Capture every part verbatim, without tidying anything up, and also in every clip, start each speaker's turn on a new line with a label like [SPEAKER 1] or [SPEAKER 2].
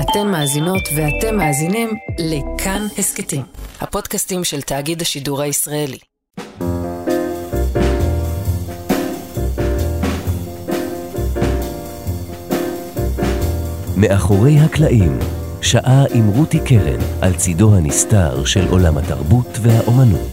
[SPEAKER 1] אתן מאזינות ואתם מאזינים לכאן הסקטים, הפודקאסטים של תאגיד השידור הישראלי.
[SPEAKER 2] מאחורי הקלעים, שעה עם רותי קרן על צידו הנסתר של עולם התרבות והאומנות.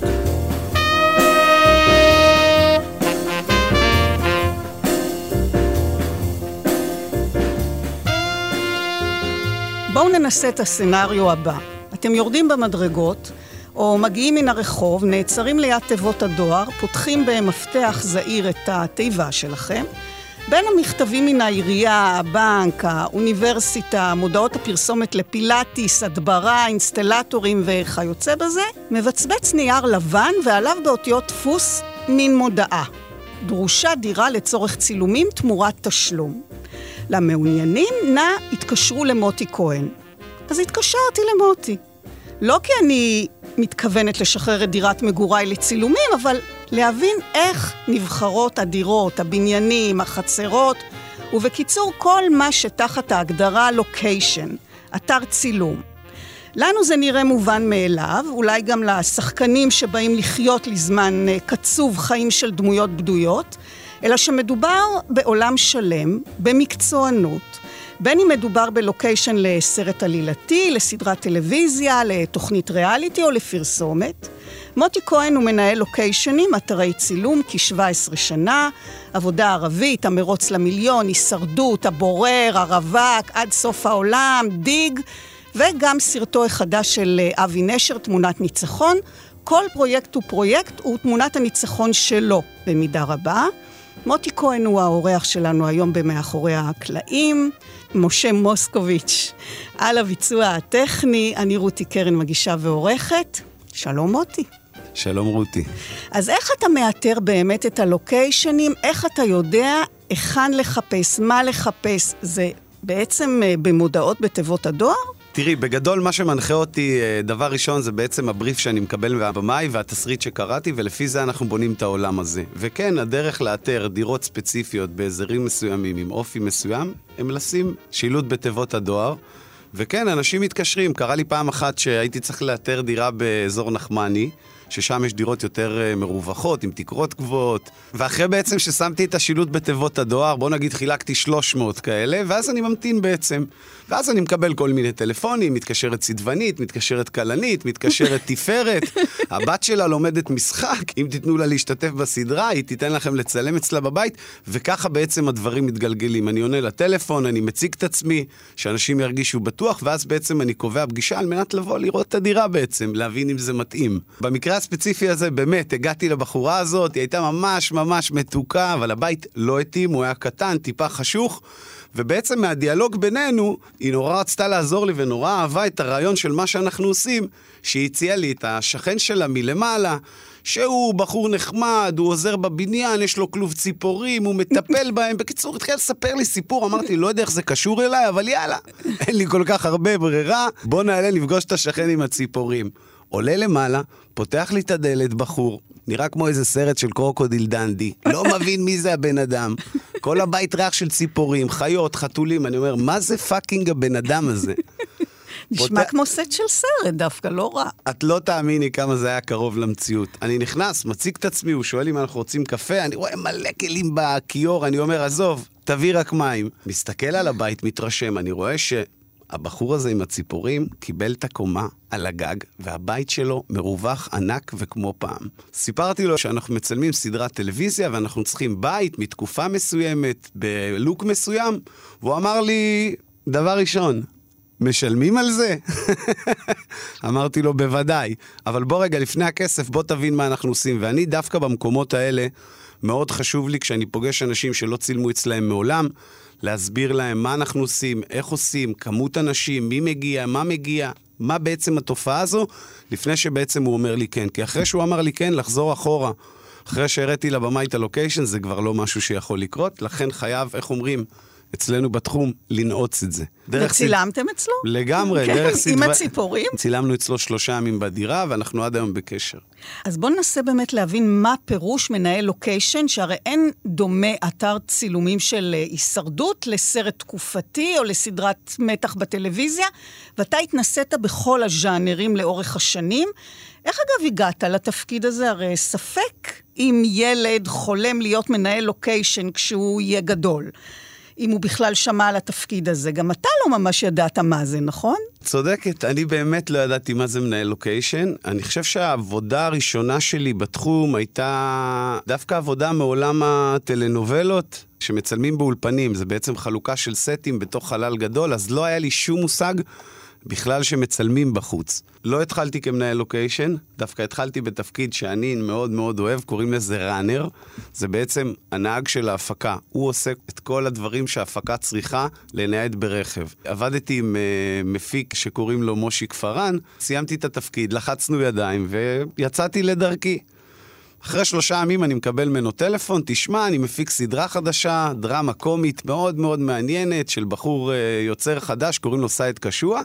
[SPEAKER 3] בואו ננסה את הסצנריו הבא. אתם יורדים במדרגות, או מגיעים מן הרחוב, נעצרים ליד תיבות הדואר, פותחים במפתח זעיר את התיבה שלכם, בין המכתבים מן העירייה, הבנק, האוניברסיטה, מודעות הפרסומת לפילאטיס, הדברה, אינסטלטורים וכיוצא בזה, מבצבץ נייר לבן ועליו באותיות דפוס מין מודעה. דרושה דירה לצורך צילומים תמורת תשלום. למעוניינים, נא התקשרו למוטי כהן. אז התקשרתי למוטי. לא כי אני מתכוונת לשחרר את דירת מגוריי לצילומים, אבל להבין איך נבחרות הדירות, הבניינים, החצרות, ובקיצור כל מה שתחת ההגדרה לוקיישן, אתר צילום. לנו זה נראה מובן מאליו, אולי גם לשחקנים שבאים לחיות לזמן קצוב חיים של דמויות בדויות, אלא שמדובר בעולם שלם, במקצוענות, בין אם מדובר בלוקיישן לסרט עלילתי, לסדרת טלוויזיה, לתוכנית ריאליטי או לפרסומת. מוטי כהן הוא מנהל לוקיישנים, אתרי צילום, כ-שבע עשרה שנה, עבודה ערבית, המרוץ למיליון, הישרדות, הבורר, הרווק, עד סוף העולם, דיג, וגם סרטו החדש של אבי נשר, תמונת ניצחון. כל פרויקט הוא פרויקט, הוא תמונת הניצחון שלו במידה רבה. מוטי כהן הוא האורח שלנו היום במאחורי הקלעים, משה מוסקוביץ' על הביצוע הטכני, אני רותי קרן מגישה ועורכת. שלום מוטי.
[SPEAKER 4] שלום רותי.
[SPEAKER 3] אז איך אתה מאתר באמת את הלוקיישנים? איך אתה יודע היכן לחפש, מה לחפש? זה בעצם במודעות בתיבות הדואר?
[SPEAKER 4] תראי, בגדול מה שמנחה אותי, דבר ראשון זה בעצם הבריף שאני מקבל מהבמאי והתסריט שקראתי, ולפי זה אנחנו בונים את העולם הזה. וכן, הדרך לאתר דירות ספציפיות באזורים מסוימים עם אופי מסוים, הם לשים שילוט בתיבות הדואר. וכן, אנשים מתקשרים. קרה לי פעם אחת שהייתי צריך לאתר דירה באזור נחמני, ששם יש דירות יותר מרווחות, עם תקרות גבוהות. ואחרי בעצם ששמתי את השילוט בתיבות הדואר, בוא נגיד חילקתי שלוש מאות כאלה, ואז אני ממתין בעצם. ואז אני מקבל כל מיני טלפונים, מתקשרת צדבנית, מתקשרת קלנית, מתקשרת תפארת. הבת שלה לומדת משחק, אם תיתנו לה להשתתף בסדרה, היא תיתן לכם לצלם אצלה בבית, וככה בעצם הדברים מתגלגלים. אני עונה לטלפון, אני מציג את עצמי, שאנשים ירגישו בטוח, ואז בעצם אני קובע פגישה על מנת לבוא לראות את הדירה בעצם, להבין אם זה מתאים. במקרה הספציפי הזה, באמת, הגעתי לבחורה הזאת, היא הייתה ממש ממש מתוקה, אבל הבית לא התאים, הוא היה קטן, טיפה חשוך, ובעצם מהדיאלוג בינינו, היא נורא רצתה לעזור לי ונורא אהבה את הרעיון של מה שאנחנו עושים, שהיא הציעה לי את השכן שלה מלמעלה, שהוא בחור נחמד, הוא עוזר בבניין, יש לו כלוב ציפורים, הוא מטפל בהם. בקיצור, התחיל לספר לי סיפור, אמרתי, לא יודע איך זה קשור אליי, אבל יאללה, אין לי כל כך הרבה ברירה, בוא נעלה לפגוש את השכן עם הציפורים. עולה למעלה, פותח לי את הדלת בחור, נראה כמו איזה סרט של קרוקודיל דנדי, לא מבין מי זה הבן אדם, כל הבית ריח של ציפורים, חיות, חתולים, אני אומר, מה זה פאקינג הבן אדם הזה?
[SPEAKER 3] נשמע כמו סט של סרט דווקא, לא רע.
[SPEAKER 4] את לא תאמיני כמה זה היה קרוב למציאות. אני נכנס, מציג את עצמי, הוא שואל אם אנחנו רוצים קפה, אני רואה מלא כלים בכיור, אני אומר, עזוב, תביא רק מים. מסתכל על הבית, מתרשם, אני רואה ש... הבחור הזה עם הציפורים קיבל את הקומה על הגג, והבית שלו מרווח ענק וכמו פעם. סיפרתי לו שאנחנו מצלמים סדרת טלוויזיה, ואנחנו צריכים בית מתקופה מסוימת, בלוק מסוים, והוא אמר לי, דבר ראשון, משלמים על זה? אמרתי לו, בוודאי. אבל בוא רגע, לפני הכסף, בוא תבין מה אנחנו עושים. ואני דווקא במקומות האלה, מאוד חשוב לי, כשאני פוגש אנשים שלא צילמו אצלהם מעולם, להסביר להם מה אנחנו עושים, איך עושים, כמות אנשים, מי מגיע, מה מגיע, מה בעצם התופעה הזו, לפני שבעצם הוא אומר לי כן. כי אחרי שהוא אמר לי כן, לחזור אחורה. אחרי שהראיתי לבמה את הלוקיישן, זה כבר לא משהו שיכול לקרות, לכן חייב, איך אומרים, אצלנו בתחום, לנעוץ את זה.
[SPEAKER 3] וצילמתם
[SPEAKER 4] סד...
[SPEAKER 3] אצלו?
[SPEAKER 4] לגמרי,
[SPEAKER 3] כן,
[SPEAKER 4] דרך סדווה...
[SPEAKER 3] עם הציפורים?
[SPEAKER 4] צילמנו אצלו שלושה ימים בדירה, ואנחנו עד היום בקשר.
[SPEAKER 3] אז בואו ננסה באמת להבין מה פירוש מנהל לוקיישן, שהרי אין דומה אתר צילומים של הישרדות לסרט תקופתי או לסדרת מתח בטלוויזיה, ואתה התנסית בכל הז'אנרים לאורך השנים. איך אגב הגעת לתפקיד הזה? הרי ספק אם ילד חולם להיות מנהל לוקיישן כשהוא יהיה גדול. אם הוא בכלל שמע על התפקיד הזה. גם אתה לא ממש ידעת מה זה, נכון?
[SPEAKER 4] צודקת, אני באמת לא ידעתי מה זה מנהל לוקיישן. אני חושב שהעבודה הראשונה שלי בתחום הייתה דווקא עבודה מעולם הטלנובלות, שמצלמים באולפנים. זה בעצם חלוקה של סטים בתוך חלל גדול, אז לא היה לי שום מושג בכלל שמצלמים בחוץ. לא התחלתי כמנהל לוקיישן, דווקא התחלתי בתפקיד שאני מאוד מאוד אוהב, קוראים לזה ראנר. זה בעצם הנהג של ההפקה. הוא עושה את כל הדברים שההפקה צריכה לנייד ברכב. עבדתי עם uh, מפיק שקוראים לו מושי כפרן, סיימתי את התפקיד, לחצנו ידיים ויצאתי לדרכי. אחרי שלושה ימים אני מקבל ממנו טלפון, תשמע, אני מפיק סדרה חדשה, דרמה קומית מאוד מאוד מעניינת, של בחור uh, יוצר חדש, קוראים לו סייד קשוע.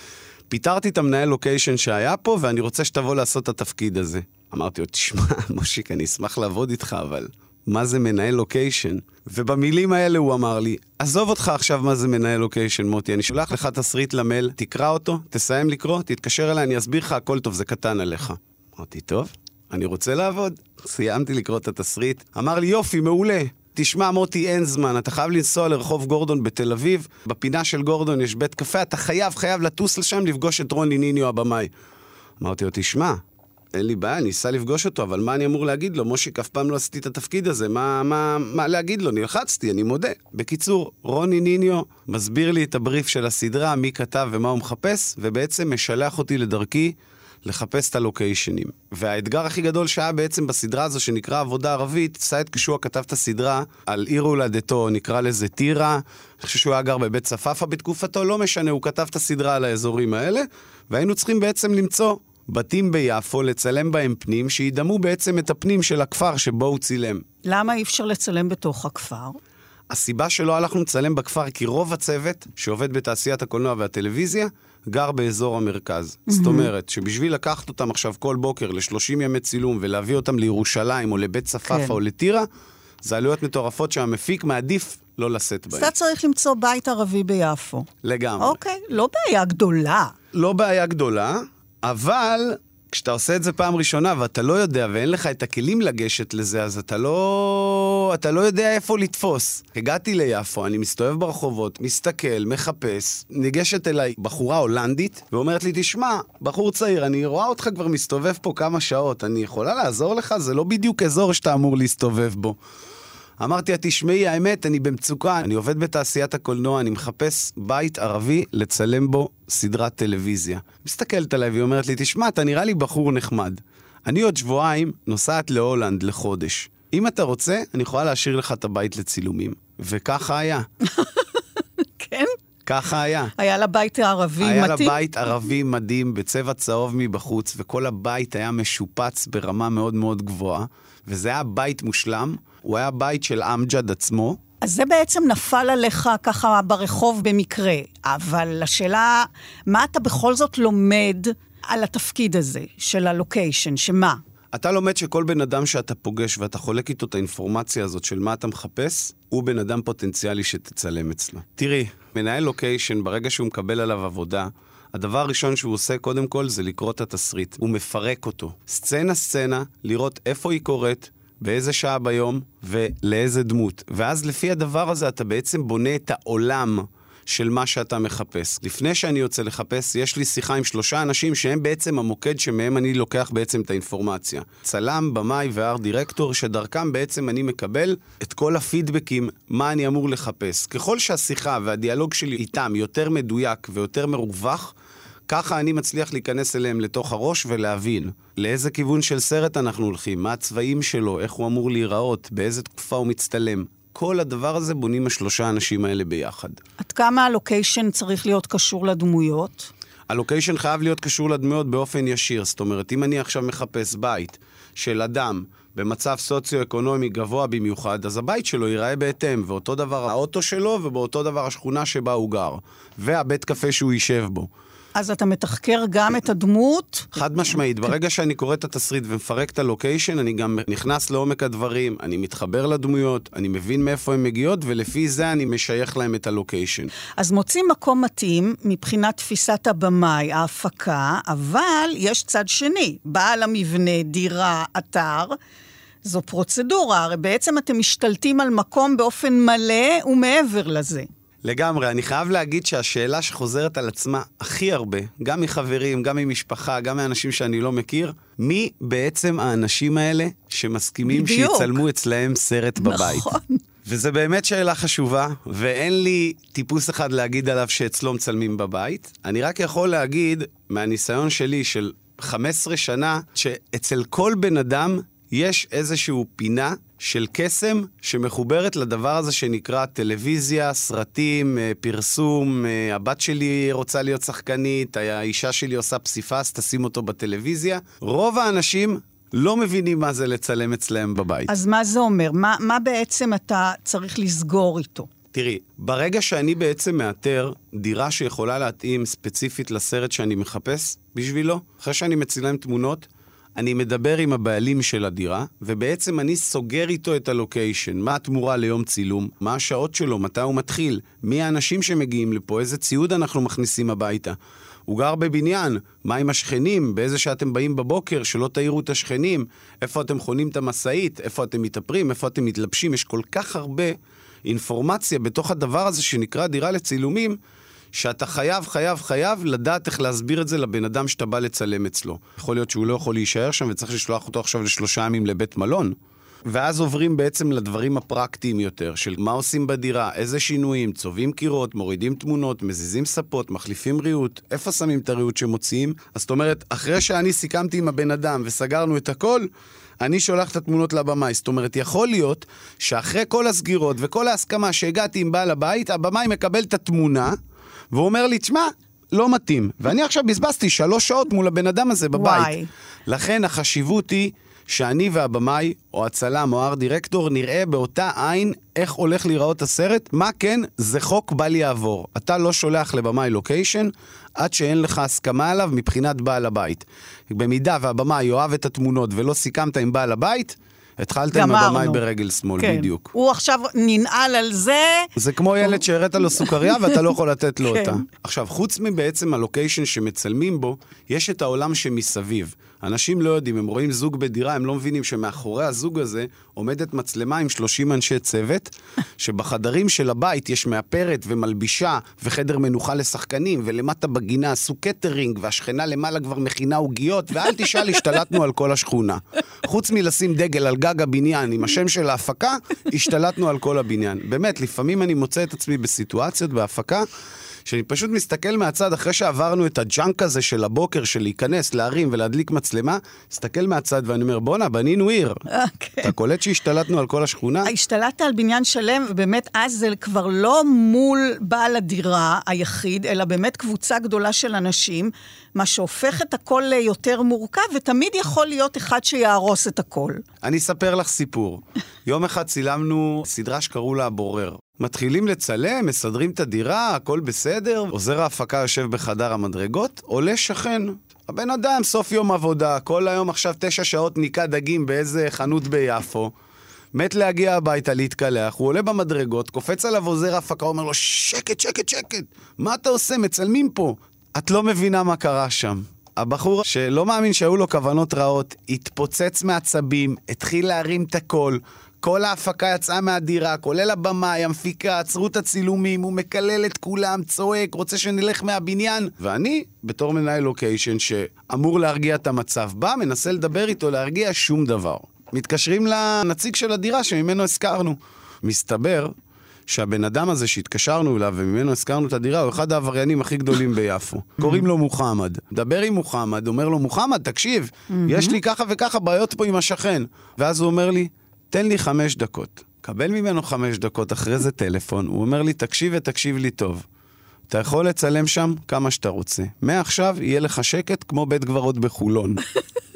[SPEAKER 4] פיתרתי את המנהל לוקיישן שהיה פה, ואני רוצה שתבוא לעשות את התפקיד הזה. אמרתי לו, תשמע, מושיק, אני אשמח לעבוד איתך, אבל מה זה מנהל לוקיישן? ובמילים האלה הוא אמר לי, עזוב אותך עכשיו מה זה מנהל לוקיישן, מוטי, אני שולח לך תסריט למייל, תקרא אותו, תסיים לקרוא, תתקשר אליי, אני אסביר לך, הכל טוב, זה קטן עליך. אמרתי, טוב, אני רוצה לעבוד. סיימתי לקרוא את התסריט. אמר לי, יופי, מעולה. תשמע, מוטי, אין זמן, אתה חייב לנסוע לרחוב גורדון בתל אביב, בפינה של גורדון יש בית קפה, אתה חייב, חייב לטוס לשם לפגוש את רוני ניניו הבמאי. אמרתי לו, תשמע, אין לי בעיה, אני אסע לפגוש אותו, אבל מה אני אמור להגיד לו? מושיק, אף פעם לא עשיתי את התפקיד הזה, מה, מה, מה להגיד לו? נלחצתי, אני מודה. בקיצור, רוני ניניו מסביר לי את הבריף של הסדרה, מי כתב ומה הוא מחפש, ובעצם משלח אותי לדרכי לחפש את הלוקיישנים. והאתגר הכי גדול שהיה בעצם בסדרה הזו שנקרא עבודה ערבית, סייד קשוע כתב את הסדרה על עיר הולדתו, נקרא לזה טירה, אני חושב שהוא היה גר בבית צפאפה בתקופתו, לא משנה, הוא כתב את הסדרה על האזורים האלה, והיינו צריכים בעצם למצוא בתים ביפו, לצלם בהם פנים, שידמו בעצם את הפנים של הכפר שבו הוא צילם.
[SPEAKER 3] למה אי אפשר לצלם בתוך הכפר?
[SPEAKER 4] הסיבה שלא הלכנו לצלם בכפר, כי רוב הצוות שעובד בתעשיית הקולנוע והטלוויזיה, גר באזור המרכז. Mm-hmm. זאת אומרת, שבשביל לקחת אותם עכשיו כל בוקר ל-שלושים ימי צילום, ולהביא אותם לירושלים, או לבית צפאפה, כן. או לטירה, זה עלויות מטורפות שהמפיק מעדיף לא לשאת בהם.
[SPEAKER 3] אתה צריך למצוא בית ערבי ביפו.
[SPEAKER 4] לגמרי.
[SPEAKER 3] אוקיי, לא בעיה גדולה.
[SPEAKER 4] לא בעיה גדולה, אבל כשאתה עושה את זה פעם ראשונה, ואתה לא יודע, ואין לך את הכלים לגשת לזה, אז אתה לא, אתה לא יודע איפה לתפוס. הגעתי ליפו, אני מסתובב ברחובות, מסתכל, מחפש, ניגשת אליי בחורה הולנדית, ואומרת לי, תשמע, בחור צעיר, אני רואה אותך כבר מסתובב פה כמה שעות, אני יכולה לעזור לך? זה לא בדיוק אזור שאתה אמור להסתובב בו. אמרתי, תשמעי, האמת, אני במצוקה, אני עובד בתעשיית הקולנוע, אני מחפש בית ערבי לצלם בו סדרת טלוויזיה. מסתכלת עליי והיא אומרת לי, תשמע, אתה נראה לי בחור נחמד. אני עוד שבועיים נוסעת להולנד לחודש. אם אתה רוצה, אני יכולה להשאיר לך את הבית לצילומים. וככה היה.
[SPEAKER 3] כן?
[SPEAKER 4] ככה היה.
[SPEAKER 3] היה לה בית ערבי מדהים?
[SPEAKER 4] היה לה בית ערבי מדהים, בצבע צהוב מבחוץ, וכל הבית היה משופץ ברמה מאוד מאוד גבוהה, וזה היה בית מושלם. הוא היה בית של אמג'ד עצמו.
[SPEAKER 3] אז זה בעצם נפל עליך ככה ברחוב במקרה. אבל השאלה, מה אתה בכל זאת לומד על התפקיד הזה של הלוקיישן? שמה?
[SPEAKER 4] אתה לומד שכל בן אדם שאתה פוגש ואתה חולק איתו את האינפורמציה הזאת של מה אתה מחפש, הוא בן אדם פוטנציאלי שתצלם אצלו. תראי, מנהל לוקיישן, ברגע שהוא מקבל עליו עבודה, הדבר הראשון שהוא עושה קודם כל זה לקרוא את התסריט. הוא מפרק אותו. סצנה סצנה, לראות איפה היא קורית, באיזה שעה ביום ולאיזה דמות. ואז לפי הדבר הזה אתה בעצם בונה את העולם של מה שאתה מחפש. לפני שאני יוצא לחפש, יש לי שיחה עם שלושה אנשים שהם בעצם המוקד שמהם אני לוקח בעצם את האינפורמציה. צלם, במאי ואר דירקטור, שדרכם בעצם אני מקבל את כל הפידבקים, מה אני אמור לחפש. ככל שהשיחה והדיאלוג שלי איתם יותר מדויק ויותר מרווח, ככה אני מצליח להיכנס אליהם לתוך הראש ולהבין לאיזה כיוון של סרט אנחנו הולכים, מה הצבעים שלו, איך הוא אמור להיראות, באיזה תקופה הוא מצטלם. כל הדבר הזה בונים השלושה אנשים האלה ביחד.
[SPEAKER 3] עד כמה הלוקיישן צריך להיות קשור לדמויות?
[SPEAKER 4] הלוקיישן חייב להיות קשור לדמויות באופן ישיר. זאת אומרת, אם אני עכשיו מחפש בית של אדם במצב סוציו-אקונומי גבוה במיוחד, אז הבית שלו ייראה בהתאם, ואותו דבר האוטו שלו, ובאותו דבר השכונה שבה הוא גר, והבית קפה שהוא יישב בו.
[SPEAKER 3] אז אתה מתחקר גם את הדמות?
[SPEAKER 4] חד משמעית, ברגע שאני קורא את התסריט ומפרק את הלוקיישן, אני גם נכנס לעומק הדברים, אני מתחבר לדמויות, אני מבין מאיפה הן מגיעות, ולפי זה אני משייך להם את הלוקיישן.
[SPEAKER 3] אז מוצאים מקום מתאים מבחינת תפיסת הבמאי, ההפקה, אבל יש צד שני, בעל המבנה, דירה, אתר, זו פרוצדורה, הרי בעצם אתם משתלטים על מקום באופן מלא ומעבר לזה.
[SPEAKER 4] לגמרי, אני חייב להגיד שהשאלה שחוזרת על עצמה הכי הרבה, גם מחברים, גם ממשפחה, גם מאנשים שאני לא מכיר, מי בעצם האנשים האלה שמסכימים בדיוק. שיצלמו אצלהם סרט בבית?
[SPEAKER 3] נכון.
[SPEAKER 4] וזה באמת שאלה חשובה, ואין לי טיפוס אחד להגיד עליו שאצלו מצלמים בבית. אני רק יכול להגיד, מהניסיון שלי של חמש עשרה שנה, שאצל כל בן אדם יש איזשהו פינה של קסם שמחוברת לדבר הזה שנקרא טלוויזיה, סרטים, פרסום, הבת שלי רוצה להיות שחקנית, האישה שלי עושה פסיפס, תשים אותו בטלוויזיה. רוב האנשים לא מבינים מה זה לצלם אצלם בבית.
[SPEAKER 3] אז מה זה אומר? מה, מה בעצם אתה צריך לסגור איתו?
[SPEAKER 4] תראי, ברגע שאני בעצם מאתר דירה שיכולה להתאים ספציפית לסרט שאני מחפש בשבילו, אחרי שאני מצילם תמונות, אני מדבר עם הבעלים של הדירה, ובעצם אני סוגר איתו את הלוקיישן. מה התמורה ליום צילום? מה השעות שלו? מתי הוא מתחיל? מי האנשים שמגיעים לפה? איזה ציוד אנחנו מכניסים הביתה? הוא גר בבניין, מה עם השכנים? באיזה שאתם באים בבוקר, שלא תאירו את השכנים? איפה אתם חונים את המסעית? איפה אתם מתאפרים? איפה אתם מתלבשים? יש כל כך הרבה אינפורמציה בתוך הדבר הזה שנקרא דירה לצילומים, שאתה חייב, חייב, חייב לדעת איך להסביר את זה לבן אדם שאתה בא לצלם אצלו. יכול להיות שהוא לא יכול להישאר שם וצריך לשלוח אותו עכשיו לשלושה ימים לבית מלון. ואז עוברים בעצם לדברים הפרקטיים יותר, של מה עושים בדירה, איזה שינויים, צובעים קירות, מורידים תמונות, מזיזים ספות, מחליפים ריהוט, איפה שמים את הריהוט שמוציאים. אז זאת אומרת, אחרי שאני סיכמתי עם הבן אדם וסגרנו את הכל, אני שולח את התמונות לבמאי. זאת אומרת, יכול להיות שאחרי כל הסגירות וכל ההסכמה שהגעתי עם בעל הבית, הבמאי מקבל את התמונה, והוא אומר לי, תשמע, לא מתאים. ואני עכשיו בזבזתי שלוש שעות מול הבן אדם הזה בבית. וואי. לכן החשיבות היא שאני והבמאי, או הצלם, או הארט-דירקטור, נראה באותה עין איך הולך להיראות הסרט. מה כן? זה חוק בל יעבור. אתה לא שולח לבמאי לוקיישן, עד שאין לך הסכמה עליו מבחינת בעל הבית. במידה והבמאי יאהב את התמונות ולא סיכמת עם בעל הבית, התחלתם עם הבמאי ברגל שמאל, כן. בדיוק.
[SPEAKER 3] הוא עכשיו ננעל על זה.
[SPEAKER 4] זה כמו ילד שהראת לו סוכריה ואתה לא יכול לתת לו כן. אותה. עכשיו, חוץ מבעצם הלוקיישן שמצלמים בו, יש את העולם שמסביב. אנשים לא יודעים, הם רואים זוג בדירה, הם לא מבינים שמאחורי הזוג הזה עומדת מצלמה עם שלושים אנשי צוות, שבחדרים של הבית יש מאפרת ומלבישה וחדר מנוחה לשחקנים, ולמטה בגינה עשו קטרינג, והשכנה למעלה כבר מכינה עוגיות, ואל תשאל, השתלטנו על כל השכונה. חוץ מלשים דגל על גג הבניין עם השם של ההפקה, השתלטנו על כל הבניין. באמת, לפעמים אני מוצא את עצמי בסיטואציות בהפקה, שאני פשוט מסתכל מהצד, אחרי שעברנו את הג'אנק הזה של הבוקר, של להיכנס, להרים ולהדליק מצלמה, מסתכל מהצד ואני אומר, בונה, בנינו עיר. Okay. אתה קולט שהשתלטנו על כל השכונה?
[SPEAKER 3] השתלטת על בניין שלם, ובאמת אז זה כבר לא מול בעל הדירה היחיד, אלא באמת קבוצה גדולה של אנשים, מה שהופך את הכל ליותר מורכב, ותמיד יכול להיות אחד שיערוס את הכל.
[SPEAKER 4] אני אספר לך סיפור. יום אחד צילמנו סדרה שקראו לה הבורר. מתחילים לצלם, מסדרים את הדירה, הכל בסדר, עוזר ההפקה יושב בחדר המדרגות, עולה שכן. הבן אדם, סוף יום עבודה, כל היום עכשיו תשע שעות ניקה דגים באיזה חנות ביפו, מת להגיע הביתה להתקלח, הוא עולה במדרגות, קופץ עליו עוזר ההפקה, אומר לו, שקט, שקט, שקט, מה אתה עושה? מצלמים פה. את לא מבינה מה קרה שם. הבחור שלא מאמין שהיו לו כוונות רעות, התפוצץ מעצבים, התחיל להרים את הכל, כל ההפקה יצאה מהדירה, כולל הבמאי, המפיקה, עצרו את הצילומים, הוא מקלל את כולם, צועק, רוצה שנלך מהבניין. ואני, בתור מנהל לוקיישן שאמור להרגיע את המצב, בא, מנסה לדבר איתו, להרגיע שום דבר. מתקשרים לנציג של הדירה שממנו הזכרנו. מסתבר שהבן אדם הזה שהתקשרנו אליו וממנו הזכרנו את הדירה, הוא אחד העבריינים הכי גדולים ביפו. קוראים לו מוחמד. דבר עם מוחמד, אומר לו, מוחמד, תקשיב, יש לי ככה וככה בעיות פה עם השכן. ואז הוא אומר לי, תן לי חמש דקות. קבל ממנו חמש דקות, אחרי זה טלפון. הוא אומר לי, תקשיב ותקשיב לי טוב. אתה יכול לצלם שם כמה שאתה רוצה. מעכשיו יהיה לך שקט כמו בית גברות בחולון.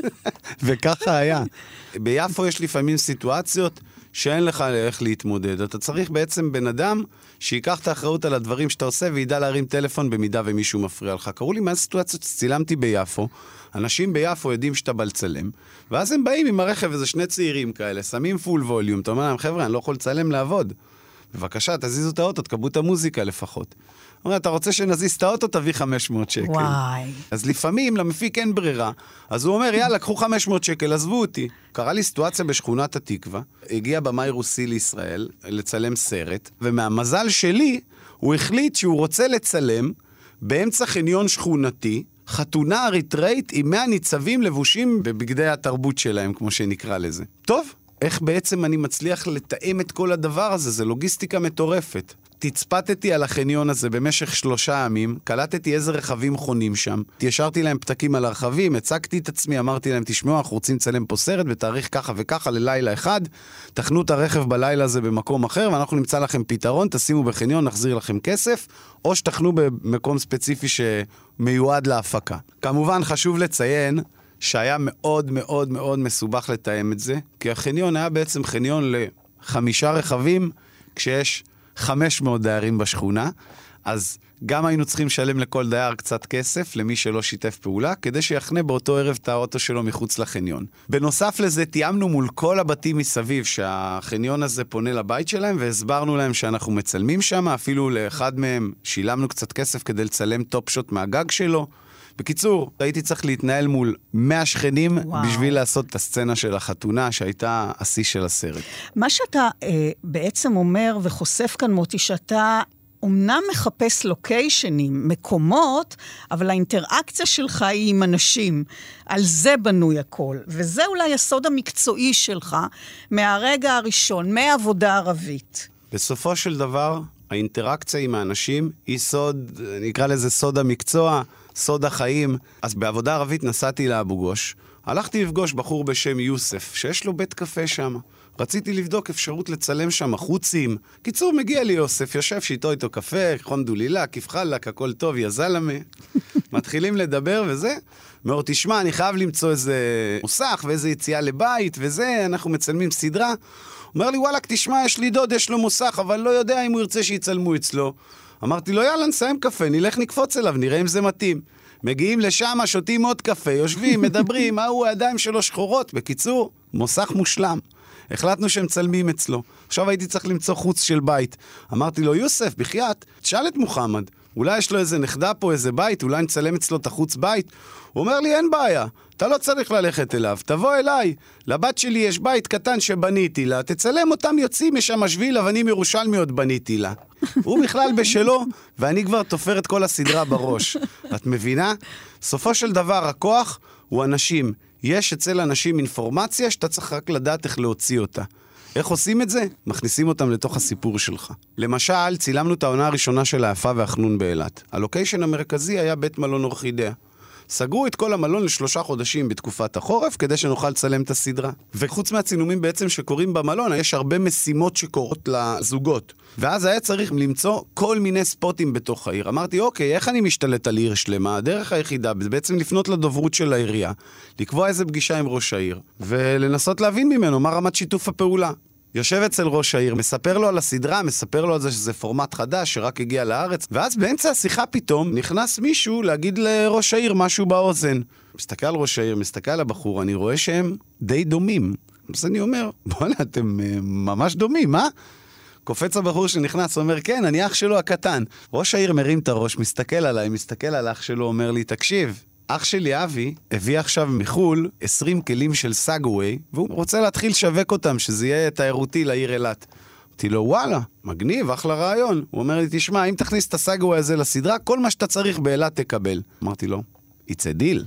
[SPEAKER 4] וככה היה. ביפו יש לפעמים סיטואציות שאין לך איך להתמודד. אתה צריך בעצם בן אדם שיקח את האחריות על הדברים שאתה עושה וידע להרים טלפון במידה ומישהו מפריע לך. קראו לי מה סיטואציות שצילמתי ביפו, אנשים ביפו יודעים שאתה בא לצלם, ואז הם באים עם הרכב, איזה שני צעירים כאלה, שמים פול ווליום, אתה אומר להם, חבר'ה, אני לא יכול לצלם לעבוד. בבקשה, תזיזו את האוטו, תקבו את המוזיקה לפחות. אומר, אתה רוצה שנזיז את האוטו, תביא חמש מאות שקל.
[SPEAKER 3] וואי.
[SPEAKER 4] אז לפעמים למפיק אין ברירה, אז הוא אומר, יאללה, קחו חמש מאות שקל, עזבו אותי. קרה לי סיטואציה בשכונת התקווה, הגיע במאי רוסי לישראל לצלם סרט, ומהמזל שלי, הוא החליט שהוא רוצה לצלם באמצע חניון שכונתי, חתונה אריתראית עם מאה ניצבים לבושים בבגדי התרבות שלהם, כמו שנקרא לזה. טוב, איך בעצם אני מצליח לתאם את כל הדבר הזה? זה לוגיסטיקה מטורפת. תצפתתי על החניון הזה במשך שלושה ימים, קלטתי איזה רכבים חונים שם, תיישרתי להם פתקים על הרכבים, הצגתי את עצמי, אמרתי להם, תשמעו, אנחנו רוצים לצלם פה סרט בתאריך ככה וככה ללילה אחד, תכנו את הרכב בלילה הזה במקום אחר, ואנחנו נמצא לכם פתרון, תשימו בחניון, נחזיר לכם כסף, או שתכנו במקום ספציפי שמיועד להפקה. כמובן חשוב לציין שהיה מאוד מאוד מאוד מסובך לתאם את זה, כי החניון היה בעצם חניון לחמישה רכבים, כשיש חמש מאות דיירים בשכונה, אז גם היינו צריכים לשלם לכל דייר קצת כסף, למי שלא שיתף פעולה, כדי שיחנה באותו ערב את האוטו שלו מחוץ לחניון. בנוסף לזה, תיאמנו מול כל הבתים מסביב, שהחניון הזה פונה לבית שלהם, והסברנו להם שאנחנו מצלמים שם, אפילו לאחד מהם שילמנו קצת כסף כדי לצלם טופ שוט מהגג שלו. בקיצור, הייתי צריך להתנהל מול מאה שכנים, וואו. בשביל לעשות את הסצנה של החתונה, שהייתה השיא של הסרט.
[SPEAKER 3] מה שאתה אה, בעצם אומר וחושף כאן מוטי, שאתה אומנם מחפש לוקיישנים, מקומות, אבל האינטראקציה שלך היא עם אנשים. על זה בנוי הכל. וזה אולי הסוד המקצועי שלך, מהרגע הראשון, מעבודה ערבית.
[SPEAKER 4] בסופו של דבר, האינטראקציה עם האנשים היא סוד, נקרא לזה סוד המקצוע, סוד החיים. אז בעבודה ערבית נסעתי לאבו גוש, הלכתי לפגוש בחור בשם יוסף, שיש לו בית קפה שם. רציתי לבדוק אפשרות לצלם שם חוצים. קיצור, מגיע לי יוסף, יושב שאיתו איתו קפה, חומדולילה, כיף חלק, הכל טוב, יא זלמה. מתחילים לדבר וזה. אומר, תשמע, אני חייב למצוא איזה מוסך ואיזה יציאה לבית וזה, אנחנו מצלמים סדרה. אומר לי, וואלק, תשמע, יש לי דוד, יש לו מוסך, אבל לא יודע אם הוא ירצה שיצלמו אצלו. אמרתי לו, יאללה, נסיים קפה, נלך נקפוץ אליו, נראה אם זה מתאים. מגיעים לשם, שותים עוד קפה, יושבים, מדברים, מה הוא הידיים שלו שחורות. בקיצור, מוסך מושלם. החלטנו שהם צלמים אצלו. עכשיו הייתי צריך למצוא חוץ של בית. אמרתי לו, יוסף, בחייאת, תשאל את מוחמד. אולי יש לו איזה נכדה פה, איזה בית, אולי נצלם אצלו את החוץ בית. הוא אומר לי, אין בעיה, אתה לא צריך ללכת אליו, תבוא אליי. לבת שלי יש בית קטן שבניתי לה, תצלם אותם יוצאים, יש שם שביל אבנים ירושלמי עוד בניתי לה. הוא בכלל בשלו, ואני כבר תופר את כל הסדרה בראש. את מבינה? סופו של דבר, הכוח הוא אנשים. יש אצל אנשים אינפורמציה שאתה צריך רק לדעת איך להוציא אותה. איך עושים את זה? מכניסים אותם לתוך הסיפור שלך. למשל, צילמנו את העונה הראשונה של היפה והחנון באילת. הלוקיישן המרכזי היה בית מלון אורחידאה. סגרו את כל המלון לשלושה חודשים בתקופת החורף, כדי שנוכל לצלם את הסדרה. וחוץ מהצילומים בעצם שקורים במלון, יש הרבה משימות שקורות לזוגות. ואז היה צריך למצוא כל מיני ספוטים בתוך העיר. אמרתי, אוקיי, איך אני משתלט על עיר שלמה? הדרך היחידה, זה בעצם לפנות לדוברות של העירייה, לקבוע איזה פגישה עם ראש העיר, ולנסות להבין ממנו מה רמת שיתוף הפעולה. יושב אצל ראש העיר, מספר לו על הסדרה, מספר לו על זה שזה פורמט חדש שרק הגיע לארץ, ואז באמצע השיחה פתאום נכנס מישהו להגיד לראש העיר משהו באוזן. מסתכל על ראש העיר, מסתכל על הבחור, אני רואה שהם די דומים. אז אני אומר, בוא'נה, אתם uh, ממש דומים, מה? קופץ הבחור שנכנס, אומר, כן, אני אח שלו הקטן. ראש העיר מרים את הראש, מסתכל עליי, מסתכל על אח שלו, אומר לי, תקשיב, אח שלי אבי הביא עכשיו מחול עשרים כלים של סאגווי, והוא רוצה להתחיל לשווק אותם, שזה יהיה תיירותי לעיר אילת. אמרתי לו, וואלה, מגניב, אחלה רעיון. הוא אומר לי, תשמע, אם תכניס את הסאגווי הזה לסדרה, כל מה שאתה צריך באילת תקבל. אמרתי לו, it's a deal.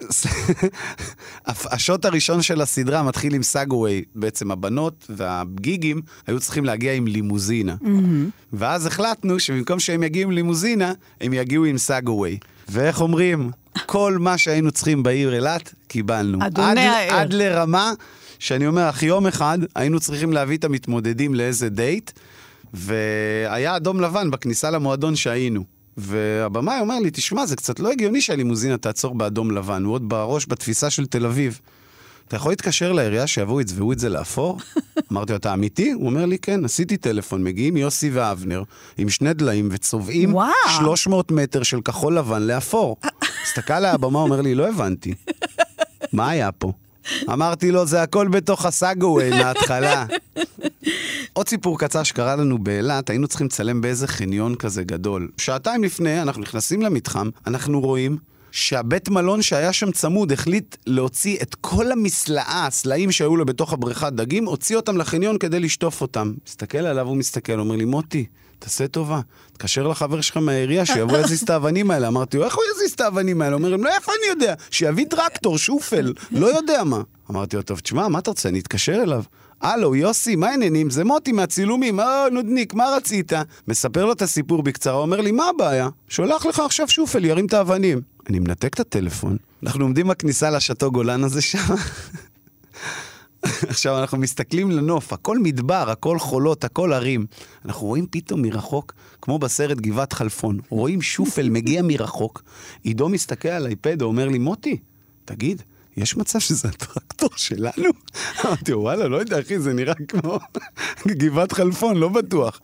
[SPEAKER 4] השוט הראשון של הסדרה מתחיל עם סאגווי, בעצם הבנות והגיגים היו צריכים להגיע עם לימוזינה. ואז החלטנו שבמקום שהם יגיעו עם לימוזינה, הם יגיעו עם סאגווי. ואיך אומרים? כל מה שהיינו צריכים בעיר אילת, קיבלנו. עד, עד לרמה שאני אומר, אך יום אחד היינו צריכים להביא את המתמודדים לאיזה דייט, והיה אדום לבן בכניסה למועדון שהיינו. והבמאי אומר לי, תשמע, זה קצת לא הגיוני שהלימוזינה תעצור באדום לבן, הוא עוד בראש בתפיסה של תל אביב. אתה יכול להתקשר לעירייה שיבואו, יצבעו את זה לאפור? אמרתי לו, אתה אמיתי? הוא אומר לי, כן, עשיתי טלפון, מגיעים יוסי ואבנר, עם שני דליים, וצובעים שלוש מאות מטר של כחול לבן לאפור. הסתכל על הבמה, אומר לי, לא הבנתי. מה היה פה? אמרתי לו, זה הכל בתוך הסאגווי מההתחלה. עוד סיפור קצר שקרה לנו באילת, היינו צריכים לצלם באיזה חניון כזה גדול. שעתיים לפני, אנחנו נכנסים למתחם, אנחנו רואים שהבית מלון שהיה שם צמוד החליט להוציא את כל המסלעה, הסלעים שהיו לו בתוך הבריכת דגים, הוציא אותם לחניון כדי לשטוף אותם. מסתכל עליו, הוא מסתכל, אומר לי, מוטי, תעשה טובה, תקשר לחבר שלך מהעירייה שיבוא יזיז את האבנים האלה. אמרתי לו, איך הוא יזיז את האבנים האלה? אומר לי, לא, איפה אני יודע? שיביא טרקטור, שופל, לא יודע מה. אמרתי לו, טוב, תשמע, מה אתה רוצה? אני אתקשר אליו. הלו, יוסי, מה העניינים? זה מוטי מהצילומים, אה, נודניק, מה רצית? מספר לו את הסיפור בקצרה, אומר לי, מה הבעיה? שולח לך עכשיו שופל, ירים את האבנים. אני מנתק את הטלפון. אנחנו עומדים בכניסה לשאטו גולן הזה שם. עכשיו אנחנו מסתכלים לנוף, הכל מדבר, הכל חולות, הכל הרים. אנחנו רואים פתאום מרחוק, כמו בסרט גבעת חלפון, רואים שופל מגיע מרחוק. עידו מסתכל על האייפד, הוא אומר לי, מוטי, תגיד, יש מצב שזה הטרקטור שלנו? אמרתי, וואלה, לא יודע, אחי, זה נראה כמו גבעת חלפון, לא בטוח.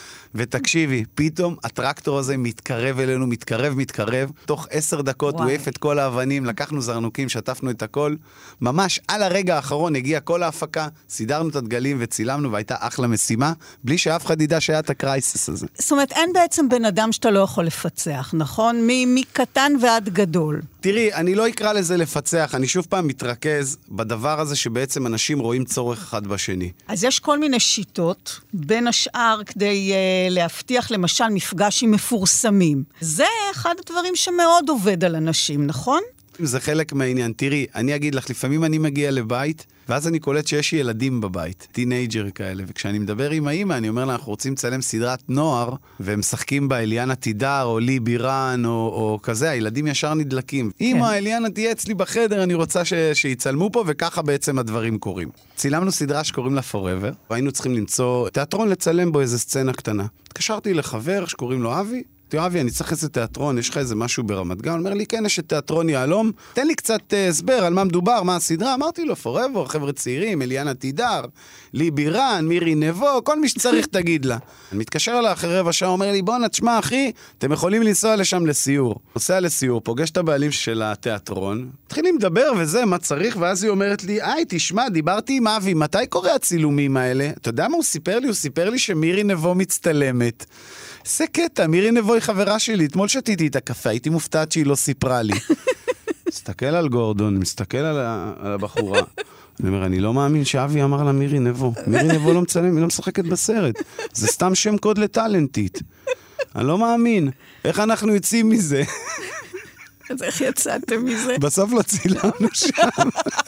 [SPEAKER 4] ותקשיבי, פתאום הטרקטור הזה מתקרב אלינו, מתקרב, מתקרב. תוך עשר דקות הוא העיף את כל האבנים, לקחנו זרנוקים, שטפנו את הכל. ממש על הרגע האחרון הגיעה כל ההפקה, סידרנו את הדגלים וצילמנו, והייתה אחלה משימה, בלי שאף אחד ידע שהיה את הקרייסס הזה.
[SPEAKER 3] זאת אומרת, אין בעצם בן אדם שאתה לא יכול לפצח, נכון? מקטן ועד גדול.
[SPEAKER 4] תראי, אני לא אקרא לזה לפצח, אני שוב פעם מתרכז בדבר הזה שבעצם אנשים רואים צורך אחד בשני.
[SPEAKER 3] אז יש כל מיני שיטות, בין השאר כדי uh, להבטיח למשל מפגש עם מפורסמים. זה אחד הדברים שמאוד עובד על אנשים, נכון?
[SPEAKER 4] זה חלק מהעניין. תראי, אני אגיד לך, לפעמים אני מגיע לבית, ואז אני קולט שיש ילדים בבית, טינאג'ר כאלה, וכשאני מדבר עם האמא, אני אומר לה, אנחנו רוצים לצלם סדרת נוער, והם משחקים בה אליאנה תידר, או לי בירן, או, או כזה, הילדים ישר נדלקים. כן. אמא, אליאנה תהיה אצלי בחדר, אני רוצה ש... שיצלמו פה, וככה בעצם הדברים קורים. צילמנו סדרה שקוראים לה Forever, והיינו צריכים למצוא תיאטרון לצלם בו איזה סצנה קטנה. התקשרתי לחבר שקוראים לו אבי, אבי, אני צריך איזה תיאטרון, יש לך איזה משהו ברמת גן? הוא אומר לי, כן, יש את תיאטרון יעלום, תן לי קצת uh, הסבר על מה מדובר, מה הסדרה. אמרתי לו, Forever, חבר'ה צעירים, אליאנה תידר, לי בירן, מירי נבו, כל מי שצריך תגיד לה. אני מתקשר לה אחרי רבע שעה, אומר לי, בוא נתשמע, אחי, אתם יכולים לנסוע לשם לסיור. נוסע לסיור, פוגש את הבעלים של התיאטרון, מתחילים לדבר וזה, מה צריך, ואז היא אומרת לי, איי, תשמע, דיברתי עם אבי, מתי קורה הצילומים האלה? אתה יודע מה הוא סיפר לי? הוא סיפר לי שמירי נבו מצטלמת. זה קטע, מירי נבו היא חברה שלי, אתמול שתיתי את הקפה, הייתי מופתעת שהיא לא סיפרה לי. מסתכל על גורדון, מסתכל על, ה... על הבחורה. אני אומר, אני לא מאמין שאבי אמר לה מירי נבו. מירי נבו לא מצלם, היא לא משחקת בסרט. זה סתם שם קוד לטלנטית. אני לא מאמין. איך אנחנו יוצאים מזה?
[SPEAKER 3] אז איך יצאתם מזה?
[SPEAKER 4] בסוף לא צילמנו שם.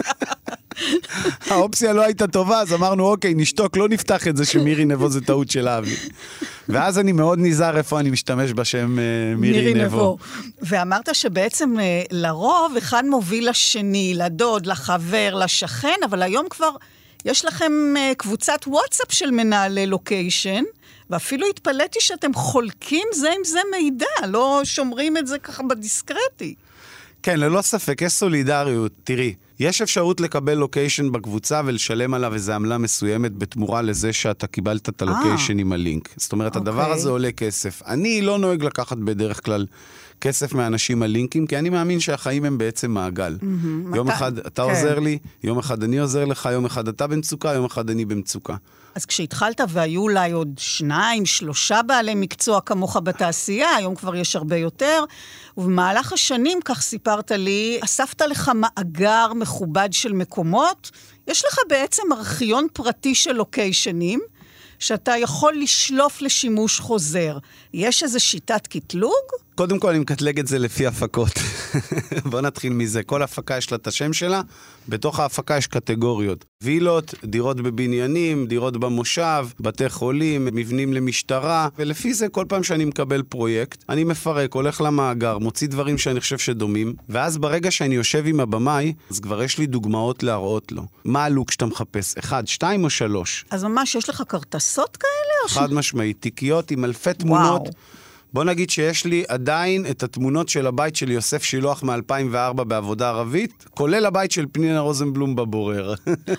[SPEAKER 4] האופציה לא הייתה טובה, אז אמרנו, אוקיי, נשתוק, לא נפתח את זה שמירי נבו זה טעות של אבי. ואז אני מאוד נזהר איפה אני משתמש בשם uh, מירי, מירי נבו. נבו.
[SPEAKER 3] ואמרת שבעצם uh, לרוב אחד מוביל לשני, לדוד, לחבר, לשכן, אבל היום כבר יש לכם uh, קבוצת וואטסאפ של מנהלי לוקיישן, ואפילו התפלאתי שאתם חולקים זה עם זה מידע, לא שומרים את זה ככה בדיסקרטי.
[SPEAKER 4] כן, ללא ספק, יש סולידריות. תראי, יש אפשרות לקבל לוקיישן בקבוצה ולשלם עליו איזו עמלה מסוימת בתמורה לזה שאתה קיבלת את הלוקיישן עם הלינק. זאת אומרת, הדבר הזה עולה כסף. אני לא נוהג לקחת בדרך כלל כסף מאנשים על לינקים, כי אני מאמין שהחיים הם בעצם מעגל. יום אחד אתה עוזר לי, יום אחד אני עוזר לך, יום אחד אתה במצוקה, יום אחד אני במצוקה.
[SPEAKER 3] אז כשהתחלת והיו אולי עוד שניים, שלושה בעלי מקצוע כמוך בתעשייה, היום כבר יש הרבה יותר, ובמהלך השנים, כך סיפרת לי, אספת לך מאגר מכובד של מקומות, יש לך בעצם ארכיון פרטי של לוקיישנים, שאתה יכול לשלוף לשימוש חוזר. יש איזו שיטת קטלוג?
[SPEAKER 4] קודם כל אני מקטלג את זה לפי הפקות. בוא נתחיל מזה. כל הפקה יש לה את השם שלה, בתוך ההפקה יש קטגוריות. וילות, דירות בבניינים, דירות במושב, בתי חולים, מבנים למשטרה, ולפי זה כל פעם שאני מקבל פרויקט, אני מפרק, הולך למאגר, מוציא דברים שאני חושב שדומים, ואז ברגע שאני יושב עם הבמאי, אז כבר יש לי דוגמאות להראות לו. מה הלוק שאתה מחפש? אחד, שתיים או שלוש?
[SPEAKER 3] אז ממש יש לך קרטסות כאלה?
[SPEAKER 4] חד משמעית, תיקיות עם אלפי תמונות. וואו. בוא נגיד שיש לי עדיין את התמונות של הבית של יוסף שילוח מ-אלפיים וארבע בעבודה ערבית, כולל הבית של פנינה רוזנבלום בבורר.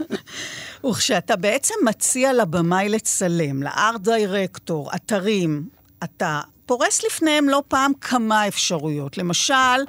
[SPEAKER 3] וכשאתה בעצם מציע לבמאי לצלם, לארט דירקטור, אתרים, אתה פורס לפניהם לא פעם כמה אפשרויות. למשל,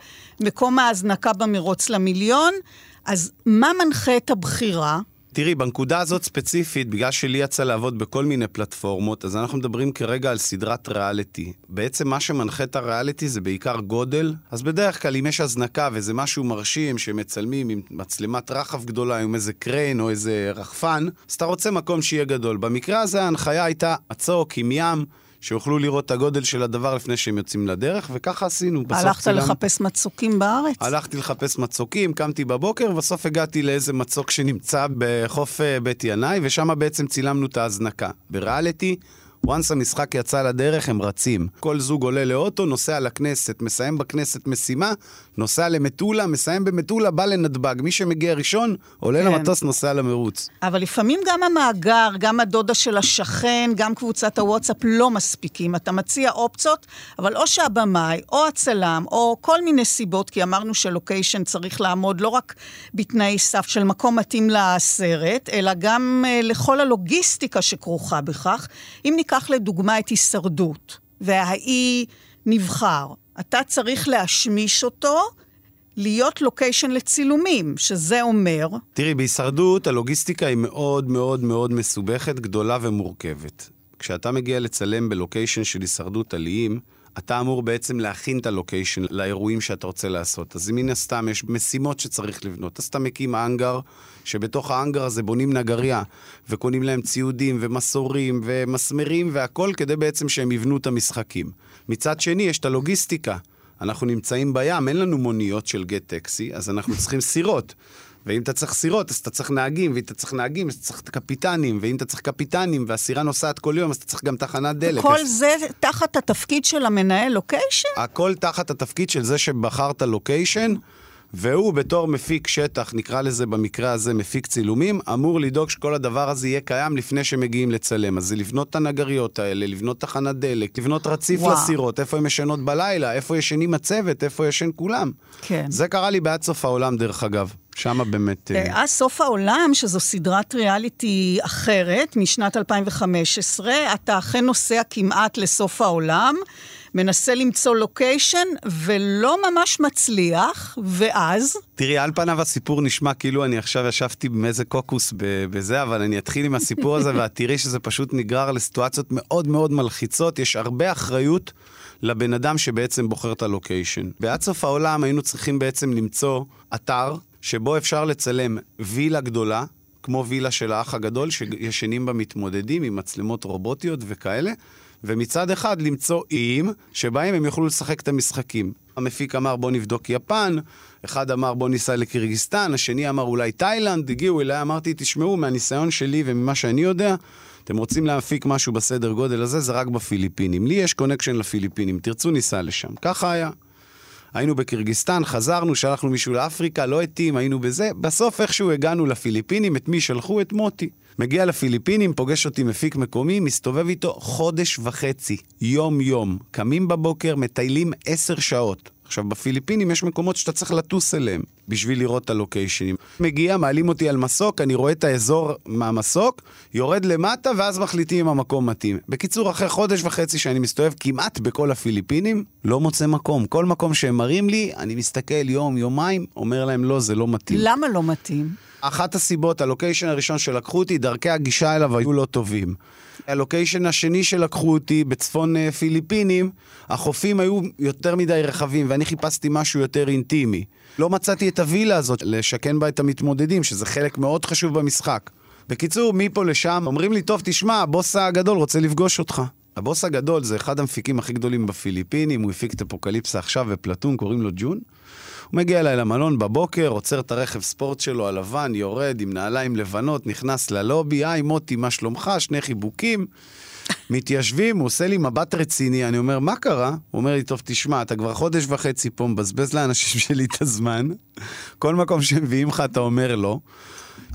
[SPEAKER 3] מקום ההזנקה במרוץ למיליון, אז מה מנחה את הבחירה?
[SPEAKER 4] תראי, בנקודה הזאת ספציפית, בגלל שלי יצא לעבוד בכל מיני פלטפורמות, אז אנחנו מדברים כרגע על סדרת ריאליטי. בעצם מה שמנחה את הריאליטי זה בעיקר גודל, אז בדרך כלל אם יש הזנקה וזה משהו מרשים שמצלמים עם מצלמת רחב גדולה, עם איזה קריין או איזה רחפן, אז אתה רוצה מקום שיהיה גדול. במקרה הזה ההנחיה הייתה מצוק עם ים, שיוכלו לראות את הגודל של הדבר לפני שהם יוצאים לדרך, וככה עשינו.
[SPEAKER 3] הלכת צילם... לחפש מצוקים בארץ?
[SPEAKER 4] הלכתי לחפש מצוקים, קמתי בבוקר, ובסוף הגעתי לאיזה מצוק שנמצא בחוף בית ינאי, ושם בעצם צילמנו את ההזנקה. בריאליטי, once המשחק יצא לדרך, הם רצים. כל זוג עולה לאוטו, נוסע לכנסת, מסיים בכנסת משימה, נוסע למטולה, מסיים במטולה, בא לנדבג. מי שמגיע ראשון, עולה כן. למטוס, נוסע למרוץ.
[SPEAKER 3] אבל לפעמים גם המאגר, גם הדודה של השכן, גם קבוצת הוואטסאפ לא מספיקים. אתה מציע אופציות, אבל או שהבמאי, או הצלם, או כל מיני סיבות, כי אמרנו שלוקיישן צריך לעמוד לא רק בתנאי סף של מקום מתאים לסרט, אלא גם uh, לכל הלוגיסטיקה שכרוכה בכך. אם ניקח לדוגמה את הישרדות, והאי נבחר, אתה צריך להשמיש אותו, להיות לוקיישן לצילומים, שזה אומר...
[SPEAKER 4] תראי, בהישרדות הלוגיסטיקה היא מאוד מאוד מאוד מסובכת, גדולה ומורכבת. כשאתה מגיע לצלם בלוקיישן של הישרדות עליים, אתה אמור בעצם להכין את הלוקיישן לאירועים שאתה רוצה לעשות. אז מן הסתם יש משימות שצריך לבנות. אז אתה מקים האנגר, שבתוך האנגר הזה בונים נגריה, וקונים להם ציודים ומסורים ומסמרים והכל, כדי בעצם שהם יבנו את המשחקים. מצד שני, יש את הלוגיסטיקה. אנחנו נמצאים בים, אין לנו מוניות של גט טקסי, אז אנחנו צריכים סירות. ואם אתה צריך סירות, אז אתה צריך נהגים, ואם אתה צריך נהגים, אז אתה צריך קפיטנים, ואם אתה צריך קפיטנים, והסירה נוסעת כל יום, אז אתה צריך גם תחנת דלק.
[SPEAKER 3] כל
[SPEAKER 4] אז...
[SPEAKER 3] זה תחת התפקיד של המנהל לוקיישן?
[SPEAKER 4] הכל תחת התפקיד של זה שבחרת לוקיישן, והוא בתור מפיק שטח, נקרא לזה במקרה הזה מפיק צילומים, אמור לדאוג שכל הדבר הזה יהיה קיים לפני שמגיעים לצלם. אז זה לבנות את הנגריות האלה, לבנות תחנת דלק, לבנות רציף וואו. לסירות, איפה הם ישנות בלילה, איפה ישנים הצוות, איפה ישן כולם. כן. זה קרה לי בעד סוף העולם דרך אגב. שמה באמת...
[SPEAKER 3] אז סוף העולם, שזו סדרת ריאליטי אחרת, משנת אלפיים וחמש עשרה, אתה אכן נוסע כמעט לסוף העולם, מנסה למצוא לוקיישן, ולא ממש מצליח, ואז...
[SPEAKER 4] תראי, על פניו הסיפור נשמע כאילו אני עכשיו ישבתי באיזה קוקוס בזה, אבל אני אתחיל עם הסיפור הזה, ואת תראי שזה פשוט נגרר לסיטואציות מאוד מאוד מלחיצות, יש הרבה אחריות לבן אדם שבעצם בוחר את הלוקיישן. בעד סוף העולם היינו צריכים בעצם למצוא אתר, שבו אפשר לצלם וילה גדולה, כמו וילה של האח הגדול, שישנים במתמודדים עם מצלמות רובוטיות וכאלה, ומצד אחד למצוא איים שבהם הם יוכלו לשחק את המשחקים. המפיק אמר בוא נבדוק יפן, אחד אמר בוא ניסע לקירגיסטן, השני אמר אולי תאילנד, הגיעו אליי, אמרתי תשמעו מהניסיון שלי וממה שאני יודע, אתם רוצים להפיק משהו בסדר גודל הזה, זה רק בפיליפינים. לי יש קונקשן לפיליפינים, תרצו ניסע לשם. ככה היה. היינו בקירגיסטן, חזרנו, שלחנו מישהו לאפריקה, לא התאים, היינו בזה. בסוף איכשהו הגענו לפיליפינים, את מי שלחו? את מוטי. מגיע לפיליפינים, פוגש אותי מפיק מקומי, מסתובב איתו חודש וחצי, יום יום. קמים בבוקר, מטיילים עשר שעות. עכשיו, בפיליפינים יש מקומות שאתה צריך לטוס אליהם, בשביל לראות את הלוקיישנים. מגיע, מעלים אותי על מסוק, אני רואה את האזור מהמסוק, יורד למטה, ואז מחליטים אם המקום מתאים. בקיצור, אחרי חודש וחצי שאני מסתובב כמעט בכל הפיליפינים, לא מוצא מקום. כל מקום שהם מראים לי, אני מסתכל יום, יומיים, אומר להם לא, זה לא מתאים.
[SPEAKER 3] למה לא מתאים?
[SPEAKER 4] אחת הסיבות, הלוקיישן הראשון שלקחו אותי, דרכי הגישה אליו היו לא טובים. הלוקיישן השני שלקחו אותי בצפון פיליפינים, החופים היו יותר מדי רחבים, ואני חיפשתי משהו יותר אינטימי. לא מצאתי את הווילה הזאת לשכן בה את המתמודדים, שזה חלק מאוד חשוב במשחק. בקיצור, מפה לשם, אומרים לי, טוב, תשמע, הבוס הגדול רוצה לפגוש אותך. הבוס הגדול זה אחד המפיקים הכי גדולים בפיליפינים, הוא הפיק את אפוקליפסה עכשיו ופלטון, קוראים לו ג'ון. הוא מגיע אליי למלון בבוקר, עוצר את הרכב ספורט שלו הלבן, יורד עם נעליים לבנות, נכנס ללובי, היי מוטי, מה שלומך? שני חיבוקים, מתיישבים, הוא עושה לי מבט רציני, אני אומר, מה קרה? הוא אומר לי, טוב, תשמע, אתה כבר חודש וחצי פה, מבזבז לאנשים שלי את הזמן, כל מקום שמביאים לך אתה אומר לו,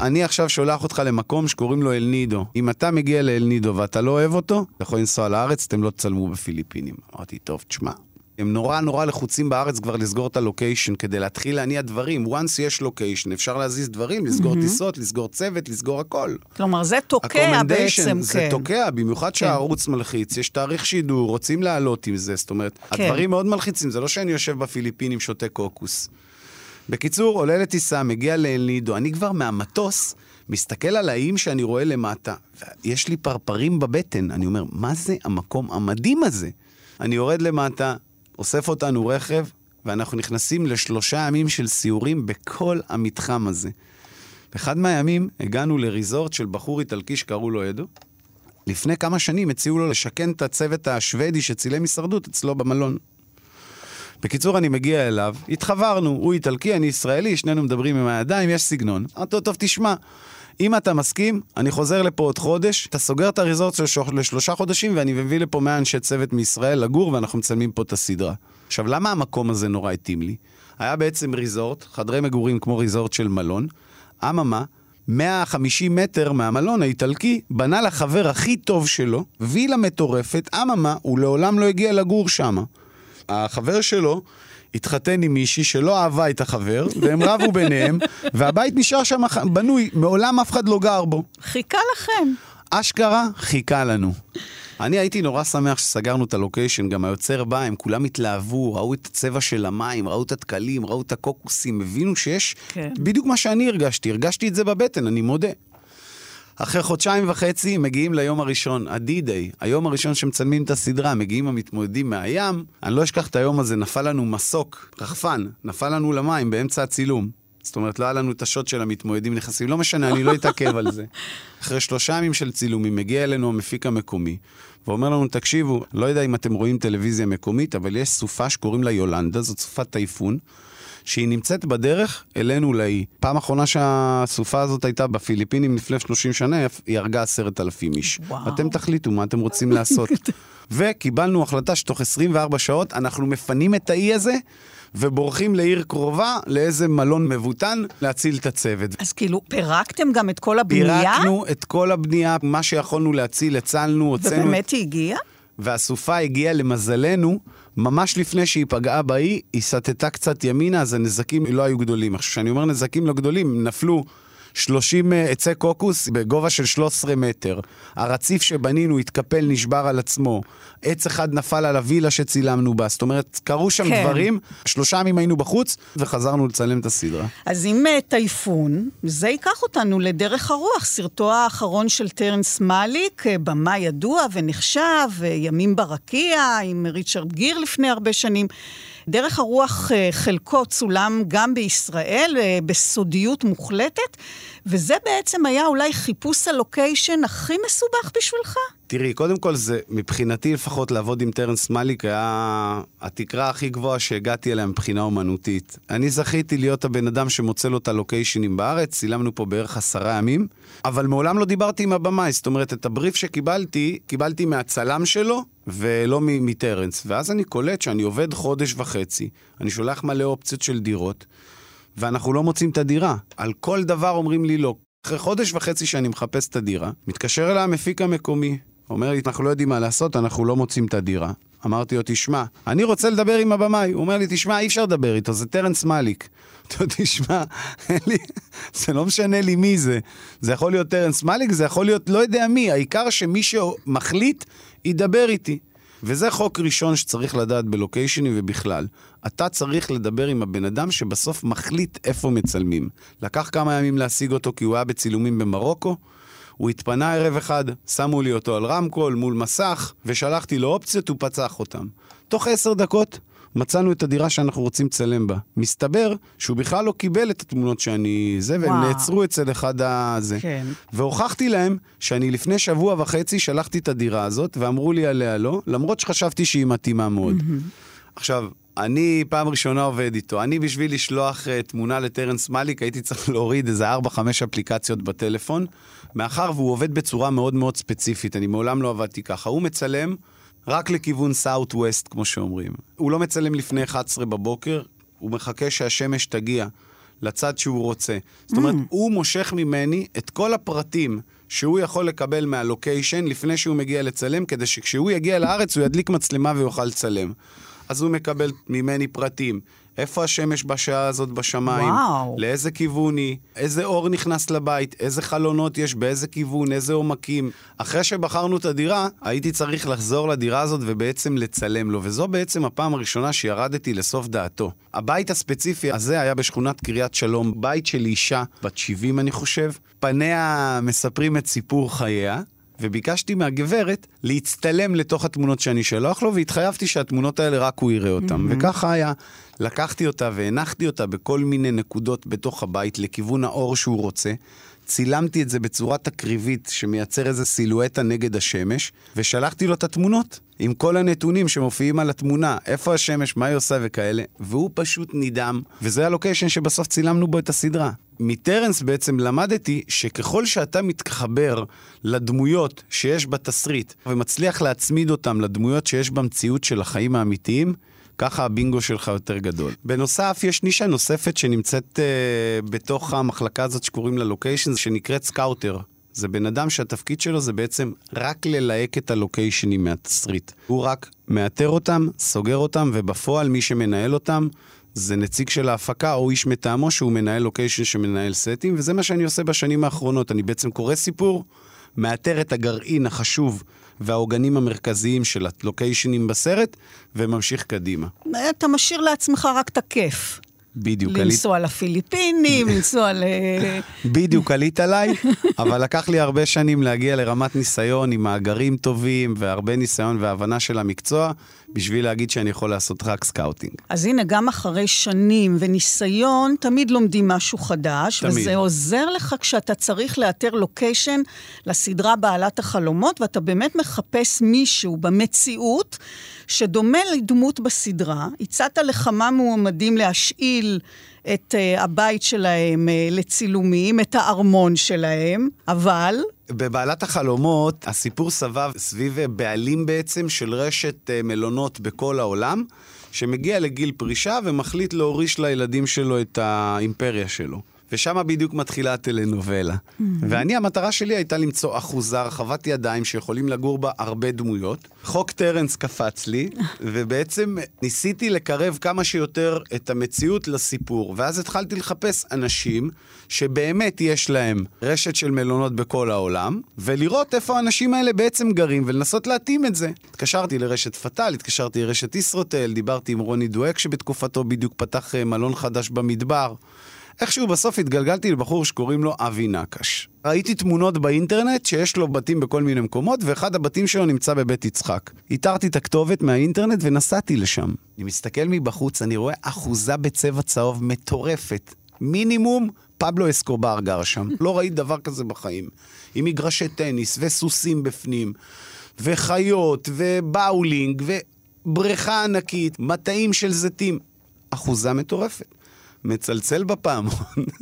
[SPEAKER 4] אני עכשיו שולח אותך למקום שקוראים לו אל נידו. אם אתה מגיע לאל נידו ואתה לא אוהב אותו, אתה יכול לנסוע לארץ, אתם לא תצלמו בפיליפינים. אמרתי, טוב, תשמע. הם נורא נורא לחוצים בארץ כבר לסגור את הלוקיישן, כדי להתחיל להניע דברים. once יש לוקיישן, אפשר להזיז דברים, לסגור mm-hmm. טיסות, לסגור צוות, לסגור הכל.
[SPEAKER 3] כלומר, זה תוקע בעצם,
[SPEAKER 4] זה כן. תוקע, במיוחד כן. שהערוץ מלחיץ, יש תאריך שידור, רוצים לעלות עם זה, זאת אומרת, כן. הדברים מאוד מלחיצים, זה לא שאני יושב בפיליפינים שותה קוקוס. בקיצור, עולה לטיסה, מגיע לאל נידו, אני כבר מהמטוס, מסתכל על האיים שאני רואה למטה, ויש לי פרפרים בבטן, אני אומר, מה זה המקום המדהים הזה? אני יורד למטה, אוסף אותנו רכב, ואנחנו נכנסים לשלושה ימים של סיורים בכל המתחם הזה. באחד מהימים הגענו לריזורט של בחור איטלקי שקראו לו אדו. לפני כמה שנים הציעו לו לשכן את הצוות השוודי שצילם הישרדות אצלו במלון. בקיצור, אני מגיע אליו, התחברנו, הוא איטלקי, אני ישראלי, שנינו מדברים עם הידיים, יש סגנון. אמרתי, טוב, תשמע, אם אתה מסכים, אני חוזר לפה עוד חודש, אתה סוגר את הריזורט לשלושה חודשים, ואני מביא לפה מאה אנשי צוות מישראל לגור, ואנחנו מצלמים פה את הסדרה. עכשיו, למה המקום הזה נורא התאים לי? היה בעצם ריזורט, חדרי מגורים כמו ריזורט של מלון, אממה, מאה וחמישים מטר מהמלון האיטלקי, בנה לחבר הכי טוב שלו, וילה מטורפת, אממה, הוא לעולם לא הגיע לגור שם. החבר שלו התחתן עם מישהי שלא אהבה את החבר, והם רבו ביניהם, והבית נשאר שם בנוי, מעולם אף אחד לא גר בו.
[SPEAKER 3] חיכה לכם.
[SPEAKER 4] אשכרה חיכה לנו. אני הייתי נורא שמח שסגרנו את הלוקיישן, גם היוצר בא, הם כולם התלהבו, ראו את הצבע של המים, ראו את התקלים, ראו את הקוקוסים, הבינו שיש כן. בדיוק מה שאני הרגשתי, הרגשתי את זה בבטן, אני מודה. אחרי חודשיים וחצי מגיעים ליום הראשון, הדי-דיי, היום הראשון שמצלמים את הסדרה, מגיעים המתמודדים מהים, אני לא אשכח את היום הזה, נפל לנו מסוק, רחפן, נפל לנו למים באמצע הצילום. זאת אומרת, לא היה לנו את השוט של המתמודדים נכנסים, לא משנה, אני לא אתעכב על זה. אחרי שלושה ימים של צילומים, מגיע אלינו המפיק המקומי, ואומר לנו, תקשיבו, לא יודע אם אתם רואים טלוויזיה מקומית, אבל יש סופה שקוראים לה יולנדה, זאת סופת טייפון, שהיא נמצאת בדרך אלינו לאי. פעם אחרונה שהסופה הזאת הייתה בפיליפינים לפני שלושים שנה, היא הרגה עשרת אלפים איש. וואו. אתם תחליטו מה אתם רוצים לעשות. וקיבלנו החלטה שתוך עשרים וארבע שעות אנחנו מפנים את האי הזה, ובורחים לעיר קרובה, לאיזה מלון מבוטן, להציל את הצוות.
[SPEAKER 3] אז כאילו, פירקתם גם את כל הבנייה?
[SPEAKER 4] פירקנו את כל הבנייה, מה שיכולנו להציל, הצלנו, הוצאנו...
[SPEAKER 3] ובאמת היא הגיעה?
[SPEAKER 4] והסופה הגיעה למזלנו, ממש לפני שהיא פגעה באי, היא סטטה קצת ימינה, אז הנזקים לא היו גדולים. עכשיו, כשאני אומר נזקים לא גדולים, נפלו שלושים עצי קוקוס בגובה של שלושה עשר מטר. הרציף שבנינו התקפל, נשבר על עצמו. עץ אחד נפל על הווילה שצילמנו בה. זאת אומרת, קרו שם כן. דברים, שלושה ימים היינו בחוץ, וחזרנו לצלם את הסדרה.
[SPEAKER 3] אז אם טייפון, זה ייקח אותנו לדרך הרוח, סרטו האחרון של טרנס מאליק, במה ידוע ונחשב, ימים ברקיע, עם ריצ'רד גיר לפני הרבה שנים. דרך הרוח חלקו צולם גם בישראל, בסודיות מוחלטת, וזה בעצם היה אולי חיפוש הלוקיישן הכי מסובך בשבילך?
[SPEAKER 4] תראי, קודם כל זה, מבחינתי לפחות לעבוד עם טרנס מאליק, היה התקרה הכי גבוהה שהגעתי אליה מבחינה אומנותית. אני זכיתי להיות הבן אדם שמוצא לו את הלוקיישנים בארץ, צילמנו פה בערך עשרה ימים, אבל מעולם לא דיברתי עם הבמאי, זאת אומרת, את הבריף שקיבלתי, קיבלתי מהצלם שלו, ולא מטרנס. ואז אני קולט שאני עובד חודש וחצי, אני שולח מלא אופציות של דירות, ואנחנו לא מוצאים את הדירה. על כל דבר אומרים לי לא. אחרי חודש וחצי שאני מחפש את הדירה, מתקשר אליי המפיק המקומי, אומר לי, אנחנו לא יודעים מה לעשות, אנחנו לא מוצאים את הדירה. אמרתי לו, תשמע, אני רוצה לדבר עם הבמאי. הוא אומר לי, תשמע, אי אפשר לדבר איתו, זה טרנס מאליק. אתה תשמע, לי, זה לא משנה לי מי זה. זה יכול להיות טרנס מאליק, זה יכול להיות לא יודע מי. העיקר שמי שמחליט, ידבר איתי. וזה חוק ראשון שצריך לדעת בלוקיישנים ובכלל. אתה צריך לדבר עם הבן אדם שבסוף מחליט איפה מצלמים. לקח כמה ימים להשיג אותו כי הוא היה בצילומים במרוקו. הוא התפנה ערב אחד, שמו לי אותו על רמקול מול מסך, ושלחתי לו אופציות, הוא פצח אותם. תוך עשר דקות מצאנו את הדירה שאנחנו רוצים לצלם בה. מסתבר שהוא בכלל לא קיבל את התמונות שאני זה, והם וואו. נעצרו אצל אחד הזה. כן. והוכחתי להם שאני לפני שבוע וחצי שלחתי את הדירה הזאת, ואמרו לי עליה לא, למרות שחשבתי שהיא מתאימה מאוד. Mm-hmm. עכשיו, אני פעם ראשונה עובד איתו. אני בשביל לשלוח uh, תמונה לטרנס מאליק, הייתי צריך להוריד איזה ארבע חמש אפליקציות בטלפון, מאחר והוא עובד בצורה מאוד מאוד ספציפית. אני מעולם לא עבדתי ככה. הוא מצלם רק לכיוון סאוט ווסט, כמו שאומרים. הוא לא מצלם לפני אחת עשרה בבוקר, הוא מחכה שהשמש תגיע לצד שהוא רוצה. זאת אומרת, הוא מושך ממני את כל הפרטים שהוא יכול לקבל מהלוקיישן לפני שהוא מגיע לצלם, כדי שכשהוא יגיע לארץ הוא ידליק מצלמה ויוכל לצלם. אז הוא מקבל ממני פרטים. איפה השמש בשעה הזאת בשמיים?
[SPEAKER 3] וואו.
[SPEAKER 4] לאיזה כיוון היא? איזה אור נכנס לבית? איזה חלונות יש? באיזה כיוון? איזה עומקים? אחרי שבחרנו את הדירה, הייתי צריך לחזור לדירה הזאת ובעצם לצלם לו. וזו בעצם הפעם הראשונה שירדתי לסוף דעתו. הבית הספציפי הזה היה בשכונת קריית שלום, בית של אישה, בת שבעים אני חושב. פניה מספרים את סיפור חייה. וביקשתי מהגברת להצטלם לתוך התמונות שאני שלוח לו, והתחייבתי שהתמונות האלה רק הוא יראה אותם. Mm-hmm. וככה היה. לקחתי אותה והנחתי אותה בכל מיני נקודות בתוך הבית, לכיוון האור שהוא רוצה. צילמתי את זה בצורה תקריבית, שמייצר איזה סילואטה נגד השמש, ושלחתי לו את התמונות, עם כל הנתונים שמופיעים על התמונה, איפה השמש, מה היא עושה וכאלה, והוא פשוט נדהם, וזה הלוקיישן שבסוף צילמנו בו את הסדרה. מטרנס בעצם למדתי שככל שאתה מתחבר לדמויות שיש בתסריט, ומצליח להצמיד אותם לדמויות שיש במציאות של החיים האמיתיים, ככה הבינגו שלך יותר גדול. בנוסף, יש נישה נוספת שנמצאת uh, בתוך המחלקה הזאת שקוראים לה לוקיישן, שנקראת סקאוטר. זה בן אדם שהתפקיד שלו זה בעצם רק ללהק את הלוקיישנים מהתסריט. הוא רק מאתר אותם, סוגר אותם, ובפועל מי שמנהל אותם זה נציג של ההפקה או איש מטעמו שהוא מנהל לוקיישן שמנהל סטים, וזה מה שאני עושה בשנים האחרונות. אני בעצם קורא סיפור, מאתר את הגרעין החשוב והעוגנים המרכזיים של הלוקיישנים בסרט, וממשיך קדימה.
[SPEAKER 3] אתה משאיר לעצמך רק את הכיף.
[SPEAKER 4] בדיוק.
[SPEAKER 3] לנסוע לפיליפינים, לנסוע ל...
[SPEAKER 4] בדיוק, עלית עליי, אבל לקח לי הרבה שנים להגיע לרמת ניסיון עם מאגרים טובים, והרבה ניסיון והבנה של המקצוע, בשביל להגיד שאני יכול לעשות רק סקאוטינג.
[SPEAKER 3] אז הנה, גם אחרי שנים וניסיון, תמיד לומדים משהו חדש, תמיד. וזה עוזר לך כשאתה צריך לאתר לוקיישן לסדרה בעלת החלומות, ואתה באמת מחפש מישהו במציאות, שדומה לדמות בסדרה, הצעת לכמה מועמדים להשאיל את uh, הבית שלהם uh, לצילומים, את הארמון שלהם, אבל...
[SPEAKER 4] בבעלת החלומות, הסיפור סבב סביב בעלים בעצם של רשת uh, מלונות בכל העולם, שמגיע לגיל פרישה ומחליט להוריש לילדים שלו את האימפריה שלו. ושם בדיוק מתחילה הטלנובלה. Mm-hmm. ואני, המטרה שלי הייתה למצוא אחוזה, רחבת ידיים שיכולים לגור בה הרבה דמויות. חוק טרנס קפץ לי, ובעצם ניסיתי לקרב כמה שיותר את המציאות לסיפור. ואז התחלתי לחפש אנשים שבאמת יש להם רשת של מלונות בכל העולם, ולראות איפה האנשים האלה בעצם גרים, ולנסות להתאים את זה. התקשרתי לרשת פטל, התקשרתי לרשת ישרוטל, דיברתי עם רוני דואק שבתקופתו בדיוק פתח מלון חדש במדבר. איכשהו בסוף התגלגלתי לבחור שקוראים לו אבי נקש. ראיתי תמונות באינטרנט שיש לו בתים בכל מיני מקומות, ואחד הבתים שלו נמצא בבית יצחק. איתרתי את הכתובת מהאינטרנט ונסעתי לשם. אני מסתכל מבחוץ, אני רואה אחוזה בצבע צהוב מטורפת. מינימום פבלו אסקובר גר שם. לא ראית דבר כזה בחיים. עם מגרשי טניס וסוסים בפנים, וחיות ובאולינג ובריכה ענקית, מטעים של זיתים. אחוזה מטורפת. מצלצל בפעמון,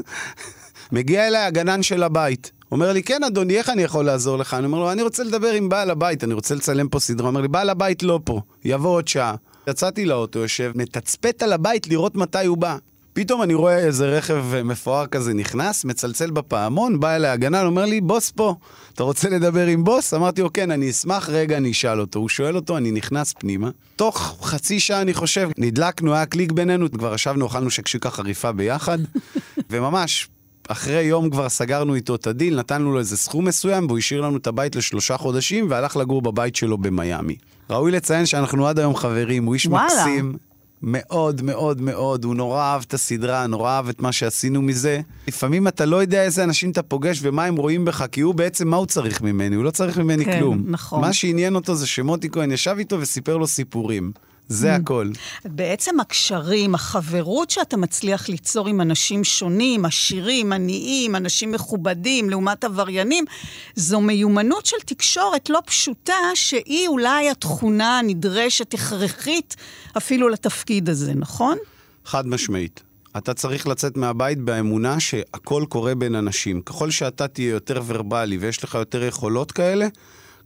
[SPEAKER 4] מגיע אליי הגנן של הבית, אומר לי, כן אדוני, איך אני יכול לעזור לך? אני אומר לו, אני רוצה לדבר עם בעל הבית, אני רוצה לצלם פה סדרה. אומר לי, בעל הבית לא פה, יבוא עוד שעה. יצאתי לאוטו, יושב, מתצפת על הבית לראות מתי הוא בא. פתאום אני רואה איזה רכב מפואר כזה נכנס, מצלצל בפעמון, בא אליי הגנן, אומר לי, בוס פה, אתה רוצה לדבר עם בוס? אמרתי, אוקיי, אני אשמח, רגע, אני אשאל אותו. הוא שואל אותו, אני נכנס פנימה. תוך חצי שעה, אני חושב, נדלקנו, היה קליק בינינו, כבר ישבנו, אכלנו שקשוקה חריפה ביחד, וממש, אחרי יום כבר סגרנו איתו את הדיל, נתנו לו איזה סכום מסוים, והוא השאיר לנו את הבית לשלושה חודשים, והלך לגור בבית שלו במיימי. ראוי לציין שאנחנו עד היום חברים, הוא איש מקסים. מאוד מאוד מאוד, הוא נורא אהב את הסדרה, נורא אהב את מה שעשינו מזה. לפעמים אתה לא יודע איזה אנשים אתה פוגש ומה הם רואים בך, כי הוא בעצם מה הוא צריך ממני, הוא לא צריך ממני
[SPEAKER 3] כן,
[SPEAKER 4] כלום.
[SPEAKER 3] נכון.
[SPEAKER 4] מה שעניין אותו זה שמוטי כהן ישב איתו וסיפר לו סיפורים. זה הכל.
[SPEAKER 3] בעצם הקשרים, החברות שאתה מצליח ליצור עם אנשים שונים, עשירים, עניים, אנשים מכובדים, לעומת עבריינים, זו מיומנות של תקשורת לא פשוטה, שהיא אולי התכונה הנדרשת, הכרחית, אפילו לתפקיד הזה, נכון?
[SPEAKER 4] חד משמעית. אתה צריך לצאת מהבית באמונה שהכל קורה בין אנשים. ככל שאתה תהיה יותר ורבלי ויש לך יותר יכולות כאלה,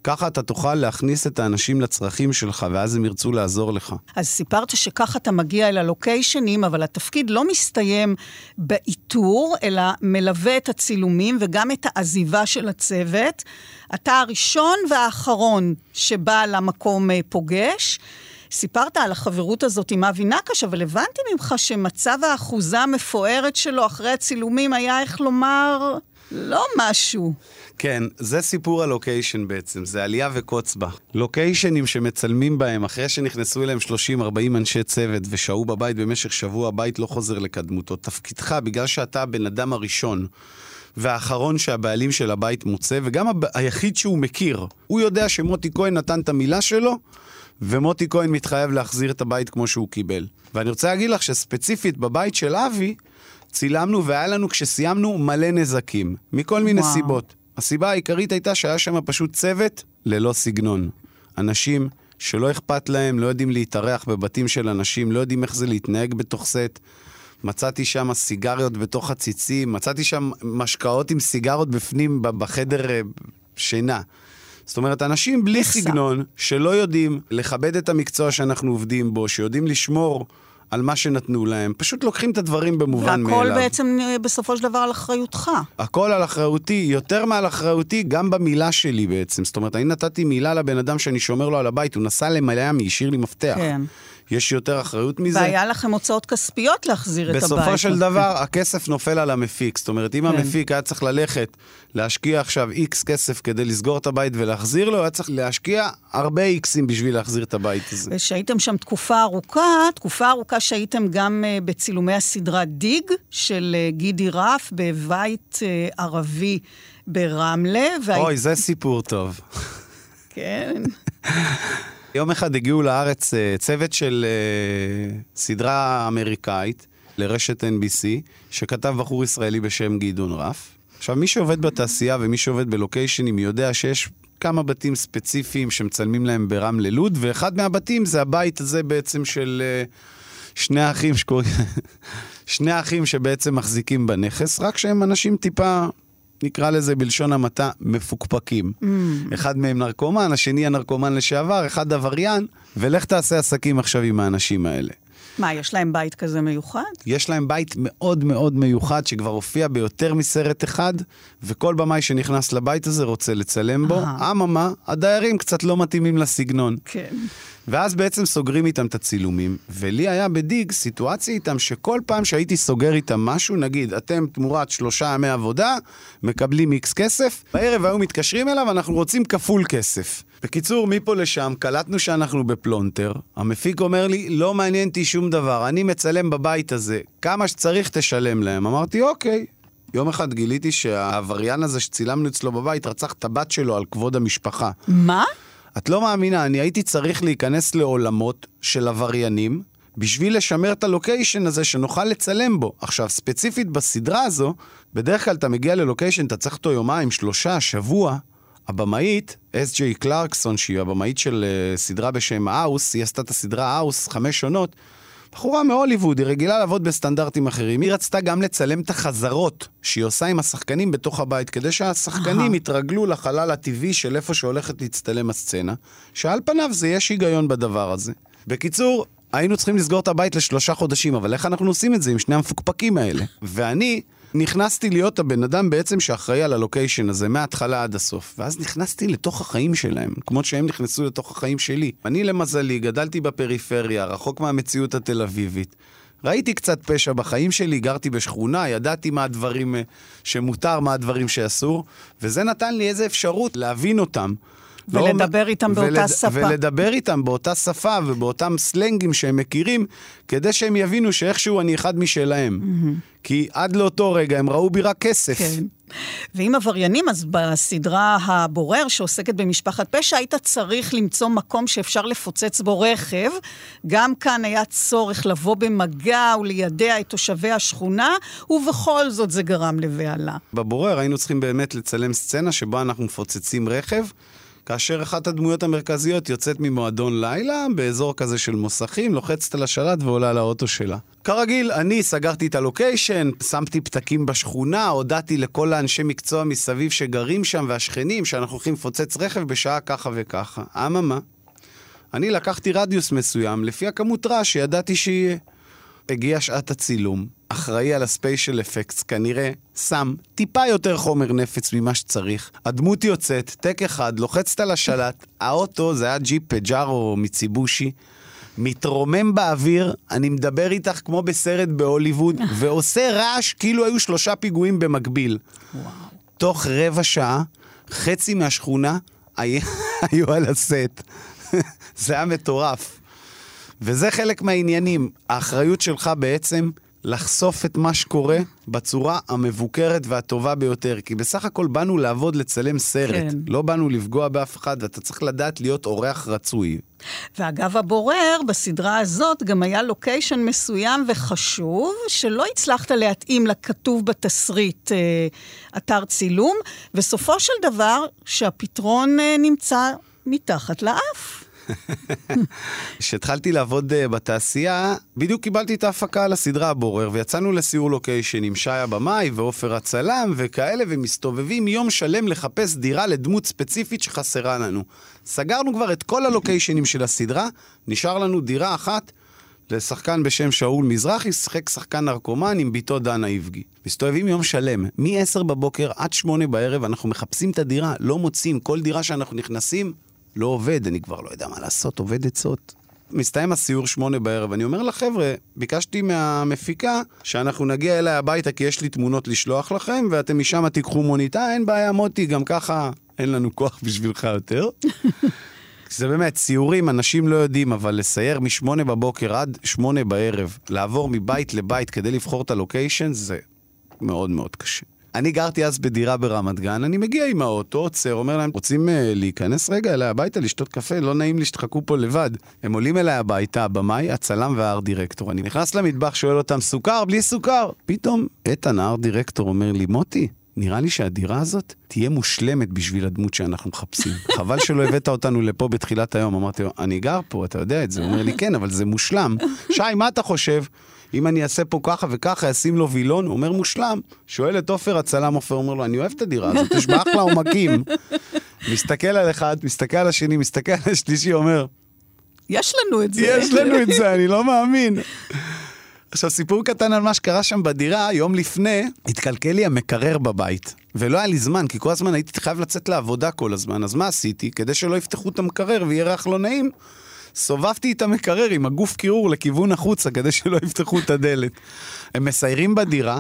[SPEAKER 4] ככה אתה תוכל להכניס את האנשים לצרכים שלך, ואז הם ירצו לעזור לך.
[SPEAKER 3] אז סיפרת שככה אתה מגיע אל הלוקיישנים, אבל התפקיד לא מסתיים באיתור, אלא מלווה את הצילומים וגם את העזיבה של הצוות. אתה הראשון והאחרון שבא למקום פוגש. סיפרת על החברות הזאת עם אבי נקש, אבל הבנתי ממך שמצב האחוזה המפוארת שלו אחרי הצילומים היה, איך לומר, לא משהו.
[SPEAKER 4] כן, זה סיפור הלוקיישן בעצם, זה עלייה וקוץ בה. לוקיישנים שמצלמים בהם, אחרי שנכנסו אליהם שלושים ארבעים אנשי צוות ושהו בבית במשך שבוע, הבית לא חוזר לקדמותו. תפקידך, בגלל שאתה הבן אדם הראשון והאחרון שהבעלים של הבית מוצא, וגם היחיד שהוא מכיר, הוא יודע שמוטי כהן נתן את המילה שלו, ומוטי כהן מתחייב להחזיר את הבית כמו שהוא קיבל. ואני רוצה להגיד לך שספציפית בבית של אבי, צילמנו והיה לנו כשסיימנו מלא נזקים, מכל מיני וואו. סיבות. הסיבה העיקרית הייתה שהיה שם פשוט צוות ללא סגנון. אנשים שלא אכפת להם, לא יודעים להתארח בבתים של אנשים, לא יודעים איך זה להתנהג בתוך סט. מצאתי שם סיגריות בתוך הציצים, מצאתי שם משקאות עם סיגרות בפנים בחדר שינה. זאת אומרת, אנשים בלי סגנון, שלא יודעים לכבד את המקצוע שאנחנו עובדים בו, שיודעים לשמור על מה שנתנו להם, פשוט לוקחים את הדברים במובן מאליו.
[SPEAKER 3] והכל בעצם בסופו של דבר על אחריותך.
[SPEAKER 4] הכל על אחריותי, יותר מעל אחריותי, גם במילה שלי בעצם. זאת אומרת, אני נתתי מילה לבן אדם שאני שומר לו על הבית, הוא נסע למילאמי, השאיר לי מפתח. כן. יש יותר אחריות מזה.
[SPEAKER 3] והיה לכם הוצאות כספיות להחזיר את הבית.
[SPEAKER 4] בסופו של דבר, הכסף נופל על המפיק. זאת אומרת, אם המפיק היה צריך ללכת, להשקיע עכשיו איקס כסף כדי לסגור את הבית ולהחזיר לו, היה צריך להשקיע הרבה איקסים בשביל להחזיר את הבית הזה.
[SPEAKER 3] ושהייתם שם תקופה ארוכה, תקופה ארוכה שהייתם גם בצילומי הסדרה דיג, של גידי רף, בבית ערבי ברמלה.
[SPEAKER 4] אוי, זה סיפור טוב.
[SPEAKER 3] כן.
[SPEAKER 4] יום אחד הגיעו לארץ צוות של סדרה אמריקאית לרשת אן בי סי, שכתב בחור ישראלי בשם גדעון רף. עכשיו, מי שעובד בתעשייה ומי שעובד בלוקיישנים יודע שיש כמה בתים ספציפיים שמצלמים להם ברמלה לוד, ואחד מהבתים זה הבית הזה בעצם של שני האחים שקוראים, שני האחים שבעצם מחזיקים בנכס, רק שהם אנשים טיפה, נקרא לזה בלשון המעטה, מפוקפקים. Mm. אחד מהם נרקומן, השני הנרקומן לשעבר, אחד עבריין, ולך תעשה עסקים עכשיו עם האנשים האלה.
[SPEAKER 3] מה, יש להם בית כזה מיוחד?
[SPEAKER 4] יש להם בית מאוד מאוד מיוחד, שכבר הופיע ביותר מסרט אחד, וכל במאי שנכנס לבית הזה רוצה לצלם בו. אממה, הדיירים קצת לא מתאימים לסגנון.
[SPEAKER 3] כן.
[SPEAKER 4] ואז בעצם סוגרים איתם את הצילומים, ולי היה בדיג סיטואציה איתם שכל פעם שהייתי סוגר איתם משהו, נגיד, אתם תמורת שלושה ימי עבודה, מקבלים איקס כסף, בערב היו מתקשרים אליו, אנחנו רוצים כפול כסף. בקיצור, מפה לשם, קלטנו שאנחנו בפלונטר, המפיק אומר לי, לא מעניין אותי שום דבר, אני מצלם בבית הזה, כמה שצריך תשלם להם. אמרתי, אוקיי. יום אחד גיליתי שהעבריין הזה שצילמנו אצלו בבית, רצח את הבת שלו על כבוד המשפחה.
[SPEAKER 3] מה?
[SPEAKER 4] את לא מאמינה, אני הייתי צריך להיכנס לעולמות של עבריינים, בשביל לשמר את הלוקיישן הזה שנוכל לצלם בו. עכשיו, ספציפית בסדרה הזו, בדרך כלל אתה מגיע ללוקיישן, אתה צריך אותו יומיים, שלושה, שבוע. הבמאית, אס ג'יי קלרקסון, שהיא הבמאית של uh, סדרה בשם האוס, היא עשתה את הסדרה האוס, חמש עונות, בחורה מהוליווד, היא רגילה לעבוד בסטנדרטים אחרים. היא רצתה גם לצלם את החזרות שהיא עושה עם השחקנים בתוך הבית, כדי שהשחקנים יתרגלו לחלל הטבעי של איפה שהולכת להצטלם הסצנה, שעל פניו זה יש היגיון בדבר הזה. בקיצור, היינו צריכים לסגור את הבית לשלושה חודשים, אבל איך אנחנו עושים את זה עם שני המפוקפקים האלה? ואני נכנסתי להיות הבן אדם בעצם שאחראי על הלוקיישן הזה, מההתחלה עד הסוף. ואז נכנסתי לתוך החיים שלהם, כמו שהם נכנסו לתוך החיים שלי. אני למזלי, גדלתי בפריפריה, רחוק מהמציאות התל אביבית. ראיתי קצת פשע בחיים שלי, גרתי בשכונה, ידעתי מה הדברים שמותר, מה הדברים שאסור, וזה נתן לי איזו אפשרות להבין אותם.
[SPEAKER 3] ולדבר איתם באותה
[SPEAKER 4] ולד...
[SPEAKER 3] שפה.
[SPEAKER 4] ולדבר איתם באותה שפה ובאותם סלנגים שהם מכירים, כדי שהם יבינו שאיכשהו אני אחד משלהם. Mm-hmm. כי עד לאותו רגע הם ראו בי רק כסף.
[SPEAKER 3] כן. ואם עבריינים, אז בסדרה הבורר שעוסקת במשפחת פשע, היית צריך למצוא מקום שאפשר לפוצץ בו רכב. גם כאן היה צורך לבוא במגע ולידע את תושבי השכונה, ובכל זאת זה גרם לבעלה.
[SPEAKER 4] בבורר היינו צריכים באמת לצלם סצנה שבה אנחנו מפוצצים רכב, כאשר אחת הדמויות המרכזיות יוצאת ממועדון לילה, באזור כזה של מוסכים, לוחצת על השלט ועולה לאוטו שלה. כרגיל, אני סגרתי את הלוקיישן, שמתי פתקים בשכונה, הודעתי לכל האנשי מקצוע מסביב שגרים שם והשכנים, שאנחנו הולכים לפוצץ רכב בשעה ככה וככה. אממה, אני לקחתי רדיוס מסוים, לפי הכמות רעש שידעתי שיהיה. הגיע שעת הצילום, אחראי על הספיישל אפקטס, כנראה שם טיפה יותר חומר נפץ ממה שצריך. הדמות יוצאת, טק אחד, לוחצת על השלט, האוטו, זה היה ג'יפ פג'ארו מיציבושי, מתרומם באוויר, אני מדבר איתך כמו בסרט בהוליווד, ועושה רעש כאילו היו שלושה פיגועים במקביל. וואו. תוך רבע שעה, חצי מהשכונה היו על הסט. זה היה מטורף. וזה חלק מהעניינים. האחריות שלך בעצם לחשוף את מה שקורה בצורה המבוקרת והטובה ביותר. כי בסך הכל באנו לעבוד לצלם סרט. כן. לא באנו לפגוע באף אחד, ואתה צריך לדעת להיות אורח רצוי.
[SPEAKER 3] ואגב, הבורר בסדרה הזאת גם היה לוקיישן מסוים וחשוב, שלא הצלחת להתאים לכתוב בתסריט אה, אתר צילום, וסופו של דבר שהפתרון אה, נמצא מתחת לאף.
[SPEAKER 4] כשהתחלתי לעבוד בתעשייה, בדיוק קיבלתי את ההפקה על הסדרה הבורר, ויצאנו לסיור לוקיישן עם שי הבמאי ואופר הצלם וכאלה, ומסתובבים יום שלם לחפש דירה לדמות ספציפית שחסרה לנו. סגרנו כבר את כל הלוקיישנים של הסדרה, נשאר לנו דירה אחת לשחקן בשם שאול מזרחי, שחק שחקן נרקומן עם ביתו דנה איבגי. מסתובבים יום שלם, מ-עשר בבוקר עד שמונה בערב, אנחנו מחפשים את הדירה, לא מוצאים, כל דירה שאנחנו נכנסים, לא עובד, אני כבר לא יודע מה לעשות, עובד עצות. מסתיים הסיור שמונה בערב, אני אומר לחבר'ה, ביקשתי מהמפיקה שאנחנו נגיע אליי הביתה, כי יש לי תמונות לשלוח לכם, ואתם משם תיקחו מוניטה, אין בעיה מוטי, גם ככה אין לנו כוח בשבילך יותר. זה באמת, סיורים, אנשים לא יודעים, אבל לסייר משמונה בבוקר עד שמונה בערב, לעבור מבית לבית כדי לבחור את הלוקיישן, זה מאוד מאוד קשה. אני גרתי אז בדירה ברמת גן, אני מגיע עם האוטו, עוצר, אומר להם, רוצים uh, להיכנס רגע אליי הביתה, לשתות קפה, לא נעים לי שתחכו פה לבד. הם עולים אליי הביתה, הבמאי, הצלם והארט דירקטור. אני נכנס למטבח, שואל אותם, סוכר, בלי סוכר. פתאום, איתן, הארט דירקטור אומר לי, מוטי, נראה לי שהדירה הזאת תהיה מושלמת בשביל הדמות שאנחנו מחפשים. חבל שלא הבאת אותנו לפה בתחילת היום. אמרתי לו, אני גר פה, אתה יודע את זה. הוא אומר לי, כן, אבל זה מושלם. שי, מה אתה חושב? אם אני אעשה פה ככה וככה, אשים לו וילון, הוא אומר מושלם. שואל את אופר הצלם, אופר אומר לו, אני אוהב את הדירה הזאת, יש באחלה עומקים. מסתכל על אחד, מסתכל על השני, מסתכל על השלישי, אומר,
[SPEAKER 3] יש לנו את זה.
[SPEAKER 4] יש לנו את זה, אני לא מאמין. עכשיו, סיפור קטן על מה שקרה שם בדירה, יום לפני, התקלקל לי המקרר בבית. ולא היה לי זמן, כי כל הזמן הייתי חייב לצאת לעבודה כל הזמן. אז מה עשיתי? כדי שלא יפתחו את המקרר ויהיה ריח לא נעים, סובבתי את המקרר עם הגוף קירור לכיוון החוצה, כדי שלא יפתחו את הדלת. הם מסיירים בדירה,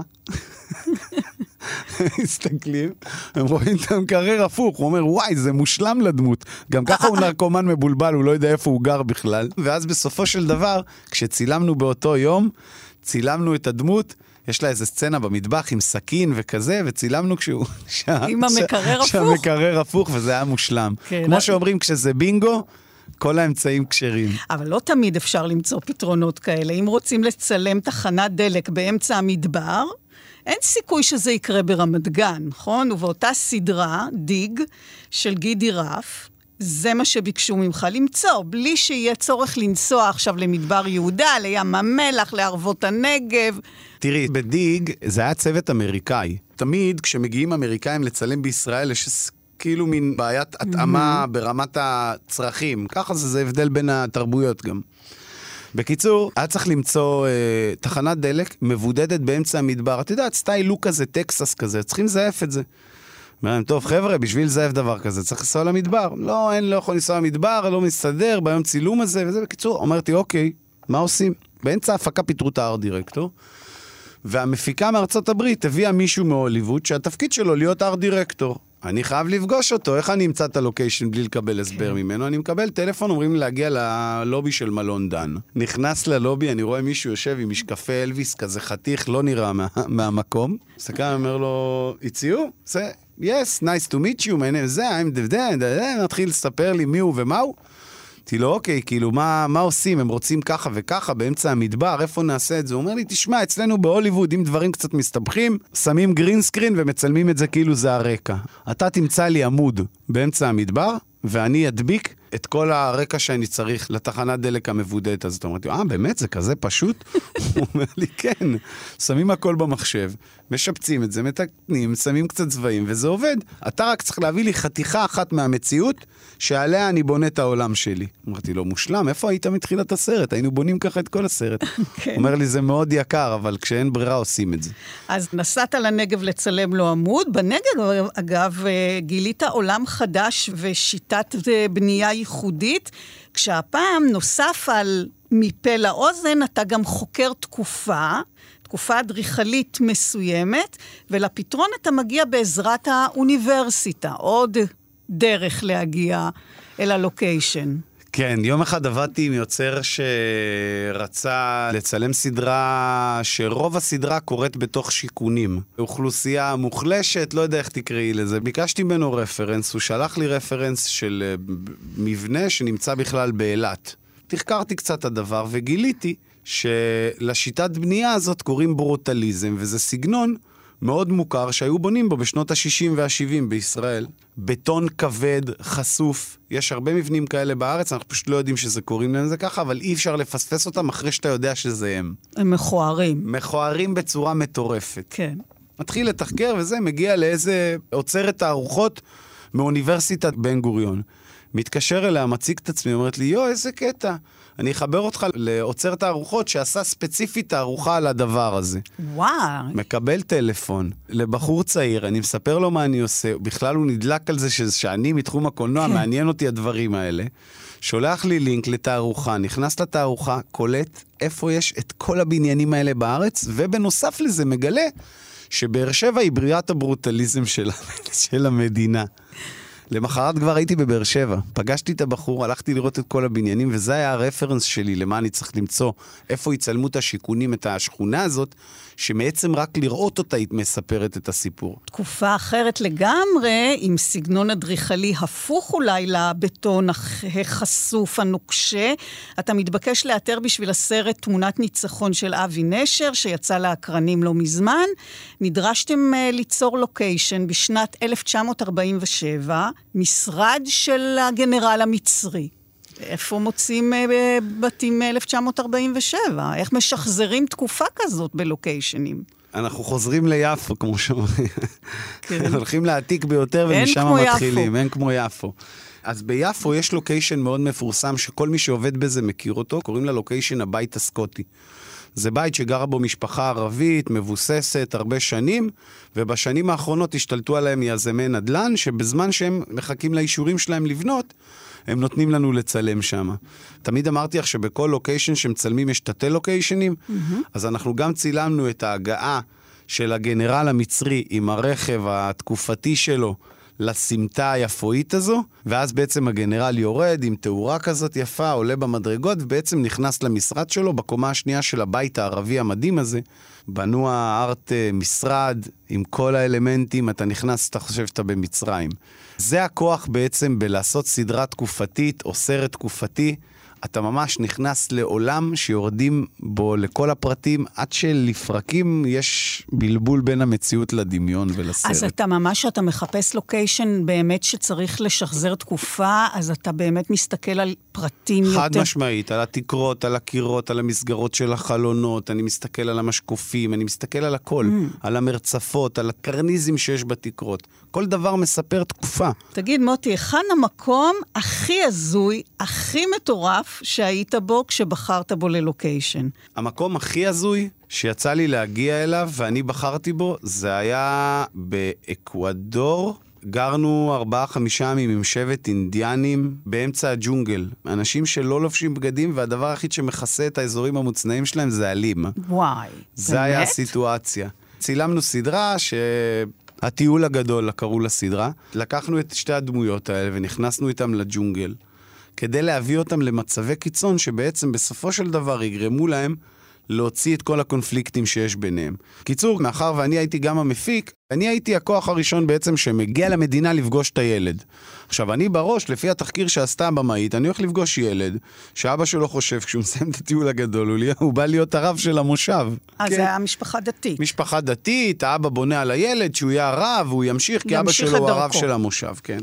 [SPEAKER 4] מסתכלים, הם רואים את המקרר הפוך, הוא אומר, וואי, זה מושלם לדמות. גם ככה הוא נרקומן מבולבל, הוא לא יודע איפה הוא גר בכלל. ואז בסופו של דבר, כשצילמנו באותו יום, צילמנו את הדמות, יש לה איזו סצנה במטבח עם סכין וכזה, וצילמנו כשהוא...
[SPEAKER 3] עם המקרר הפוך.
[SPEAKER 4] שהמקרר הפוך, וזה היה מושלם. כמו שאומרים, כשזה בינגו, כל האמצעים כשרים.
[SPEAKER 3] אבל לא תמיד אפשר למצוא פתרונות כאלה. אם רוצים לצלם תחנת דלק באמצע המדבר, אין סיכוי שזה יקרה ברמת גן, נכון? ובאותה סדרה, דיג, של גידי רף, זה מה שביקשו ממך למצוא, בלי שיהיה צורך לנסוע עכשיו למדבר יהודה, לים המלח, לערבות הנגב.
[SPEAKER 4] תראי, בדיג זה היה צוות אמריקאי. תמיד כשמגיעים אמריקאים לצלם בישראל, יש כאילו מין בעיית התאמה ברמת הצרכים. ככה זה, זה הבדל בין התרבויות גם. בקיצור, היה צריך למצוא אה, תחנת דלק מבודדת באמצע המדבר. את יודעת, סטייל לוק כזה, טקסס כזה, צריכים לזייף את זה. אומרים, טוב, חבר'ה, בשביל לזייף דבר כזה, צריך לנסוע למדבר. לא, אין, לא יכול לנסוע למדבר, לא מסתדר, ביום צילום הזה, וזה בקיצור. אמרתי, אוקיי, מה עושים? באמצע ההפקה פיתרו את הארט דירקטור, והמפיקה מארצות הברית הביאה מישהו מהוליווד, שהתפקיד שלו להיות הארט דירקטור. אני חייב לפגוש אותו, איך אני אמצא את הלוקיישן בלי לקבל הסבר ממנו? אני מקבל טלפון, אומרים לי להגיע ללובי של מלון דן. נכנס ללובי, אני רואה מישהו יושב עם משקפי אלוויס, כזה חתיך, לא נראה מה, מהמקום. סקר אומר לו, הציעו? זה, yes, nice to meet you, man, זה, I'm the dead, נתחיל לספר לי מי הוא ומה הוא. אמרתי לו, אוקיי, כאילו, מה, מה עושים? הם רוצים ככה וככה, באמצע המדבר, איפה נעשה את זה? הוא אומר לי, תשמע, אצלנו בהוליווד, אם דברים קצת מסתבכים, שמים גרין סקרין ומצלמים את זה כאילו זה הרקע. אתה תמצא לי עמוד באמצע המדבר, ואני אדביק את כל הרקע שאני צריך לתחנת דלק המבודדת. אז אתה אומרת, אה, באמת, זה כזה פשוט? הוא אומר לי, כן. שמים הכל במחשב, משפצים את זה, מתקנים, שמים קצת צבעים, וזה עובד. אתה רק צריך להביא לי חתיכה אחת מהמציאות, שעליה אני בונה את העולם שלי. אמרתי לו, מושלם, איפה היית מתחילת הסרט? היינו בונים ככה את כל הסרט. הוא אומר לי, זה מאוד יקר, אבל כשאין ברירה עושים את זה.
[SPEAKER 3] אז נסעת לנגב לצלם לו עמוד. בנגב, אגב, גילית עולם חדש ושיטת בנייה ייחודית, כשהפעם נוסף על מפה לאוזן, אתה גם חוקר תקופה, תקופה אדריכלית מסוימת, ולפתרון אתה מגיע בעזרת האוניברסיטה, עוד דרך להגיע אל הלוקיישן.
[SPEAKER 4] כן, יום אחד עבדתי עם יוצר שרצה לצלם סדרה, שרוב הסדרה קורית בתוך שיכונים. אוכלוסייה מוחלשת, לא יודע איך תקראי לזה. ביקשתי ממנו רפרנס, הוא שלח לי רפרנס של מבנה שנמצא בכלל באילת. תחקרתי קצת הדבר וגיליתי שלשיטת בנייה הזאת קוראים ברוטליזם, וזה סגנון מאוד מוכר שהיו בונים בו בשנות ה-שישים וה-שבעים בישראל. בטון כבד, חשוף. יש הרבה מבנים כאלה בארץ, אנחנו פשוט לא יודעים שזה קוראים להם זה ככה, אבל אי אפשר לפספס אותם אחרי שאתה יודע שזה הם.
[SPEAKER 3] הם מכוערים.
[SPEAKER 4] מכוערים בצורה מטורפת.
[SPEAKER 3] כן.
[SPEAKER 4] מתחיל לתחקר וזה מגיע לאיזה עוצרת תערוכות מאוניברסיטת בן גוריון. מתקשר אליה, מציג את עצמי, אומרת לי, יו, איזה קטע. אני אחבר אותך לעוצר תערוכות שעשה ספציפית תערוכה על הדבר הזה.
[SPEAKER 3] וואו.
[SPEAKER 4] מקבל טלפון לבחור צעיר, אני מספר לו מה אני עושה, בכלל הוא נדלק על זה ש... שאני מתחום הקולנוע, מעניין אותי הדברים האלה. שולח לי לינק לתערוכה, נכנס לתערוכה, קולט איפה יש את כל הבניינים האלה בארץ, ובנוסף לזה מגלה שבאר שבע היא בריאת הברוטליזם של, של המדינה. למחרת כבר הייתי בבאר שבע, פגשתי את הבחור, הלכתי לראות את כל הבניינים, וזה היה הרפרנס שלי למה אני צריך למצוא, איפה יצלמו את השיקונים, את השכונה הזאת, שמעצם רק לראות אותה היא מספרת את הסיפור.
[SPEAKER 3] תקופה אחרת לגמרי, עם סגנון אדריכלי הפוך אולי לבטון החשוף, הנוקשה. אתה מתבקש לאתר בשביל הסרט תמונת ניצחון של אבי נשר, שיצא לאקרנים לא מזמן. נדרשתם ליצור לוקיישן בשנת אלף תשע מאות ארבעים ושבע, משרד של הגנרל המצרי. איפה מוצאים בתים מ-אלף תשע מאות ארבעים ושבע? איך משחזרים תקופה כזאת בלוקיישנים?
[SPEAKER 4] אנחנו חוזרים ליפו, כמו שאומרים.
[SPEAKER 3] כן.
[SPEAKER 4] הולכים לעתיק ביותר ומשם מתחילים. אין כמו יפו. אז ביפו יש לוקיישן מאוד מפורסם, שכל מי שעובד בזה מכיר אותו, קוראים לה לוקיישן הבית הסקוטי. זה בית שגרה בו משפחה ערבית, מבוססת הרבה שנים, ובשנים האחרונות השתלטו עליהם יזמי נדל"ן, שבזמן שהם מחכים לאישורים שלהם לבנות, הם נותנים לנו לצלם שם. תמיד אמרתי לך שבכל לוקיישן שמצלמים יש תתי לוקיישנים, mm-hmm. אז אנחנו גם צילמנו את ההגעה של הגנרל המצרי עם הרכב התקופתי שלו, לסמטה היפואית הזו, ואז בעצם הגנרל יורד עם תאורה כזאת יפה, עולה במדרגות, ובעצם נכנס למשרד שלו, בקומה השנייה של הבית הערבי המדהים הזה, בנו הארט משרד, עם כל האלמנטים, אתה נכנס, אתה חושב שאתה במצרים. זה הכוח בעצם בלעשות סדרה תקופתית, או סרט תקופתי, אתה ממש נכנס לעולם שיורדים בו לכל הפרטים, עד שלפרקים יש בלבול בין המציאות לדמיון ולסרט.
[SPEAKER 3] אז אתה ממש, אתה מחפש לוקיישן באמת שצריך לשחזר תקופה, אז אתה באמת מסתכל על פרטים יותר...
[SPEAKER 4] חד משמעית, על התקרות, על הקירות, על המסגרות של החלונות, אני מסתכל על המשקופים, אני מסתכל על הכל, mm. על המרצפות, על הקרניזם שיש בתקרות. כל דבר מספר תקופה.
[SPEAKER 3] תגיד, מוטי, היכן המקום הכי הזוי, הכי מטורף, שהיית בו כשבחרת בו ללוקיישן?
[SPEAKER 4] המקום הכי הזוי שיצא לי להגיע אליו ואני בחרתי בו, זה היה באקוודור. גרנו ארבעה חמישה ימים עם שבט אינדיאנים באמצע הג'ונגל. אנשים שלא לובשים בגדים, והדבר היחיד שמכסה את האזורים המוצנעים שלהם זה אלים.
[SPEAKER 3] וואי,
[SPEAKER 4] זה באמת? היה הסיטואציה. צילמנו סדרה ש... הטיול הגדול, קראו לסדרה. לקחנו את שתי הדמויות האלה ונכנסנו איתם לג'ונגל. כדי להביא אותם למצבי קיצון שבעצם בסופו של דבר יגרמו להם להוציא את כל הקונפליקטים שיש ביניהם. קיצור, מאחר ואני הייתי גם המפיק, אני הייתי הכוח הראשון בעצם שמגיע למדינה לפגוש את הילד. עכשיו, אני בראש, לפי התחקיר שעשתה הבמאית, אני הולך לפגוש ילד, שאבא שלו חושב, כשהוא מסיים את הטיול הגדול, הוא, הוא בא להיות הרב של המושב.
[SPEAKER 3] אז
[SPEAKER 4] כן?
[SPEAKER 3] זה היה משפחה דתית.
[SPEAKER 4] משפחה דתית, האבא בונה על הילד, שהוא יהיה הרב, והוא ימשיך, כי אבא שלו הוא הרב של המושב, כן.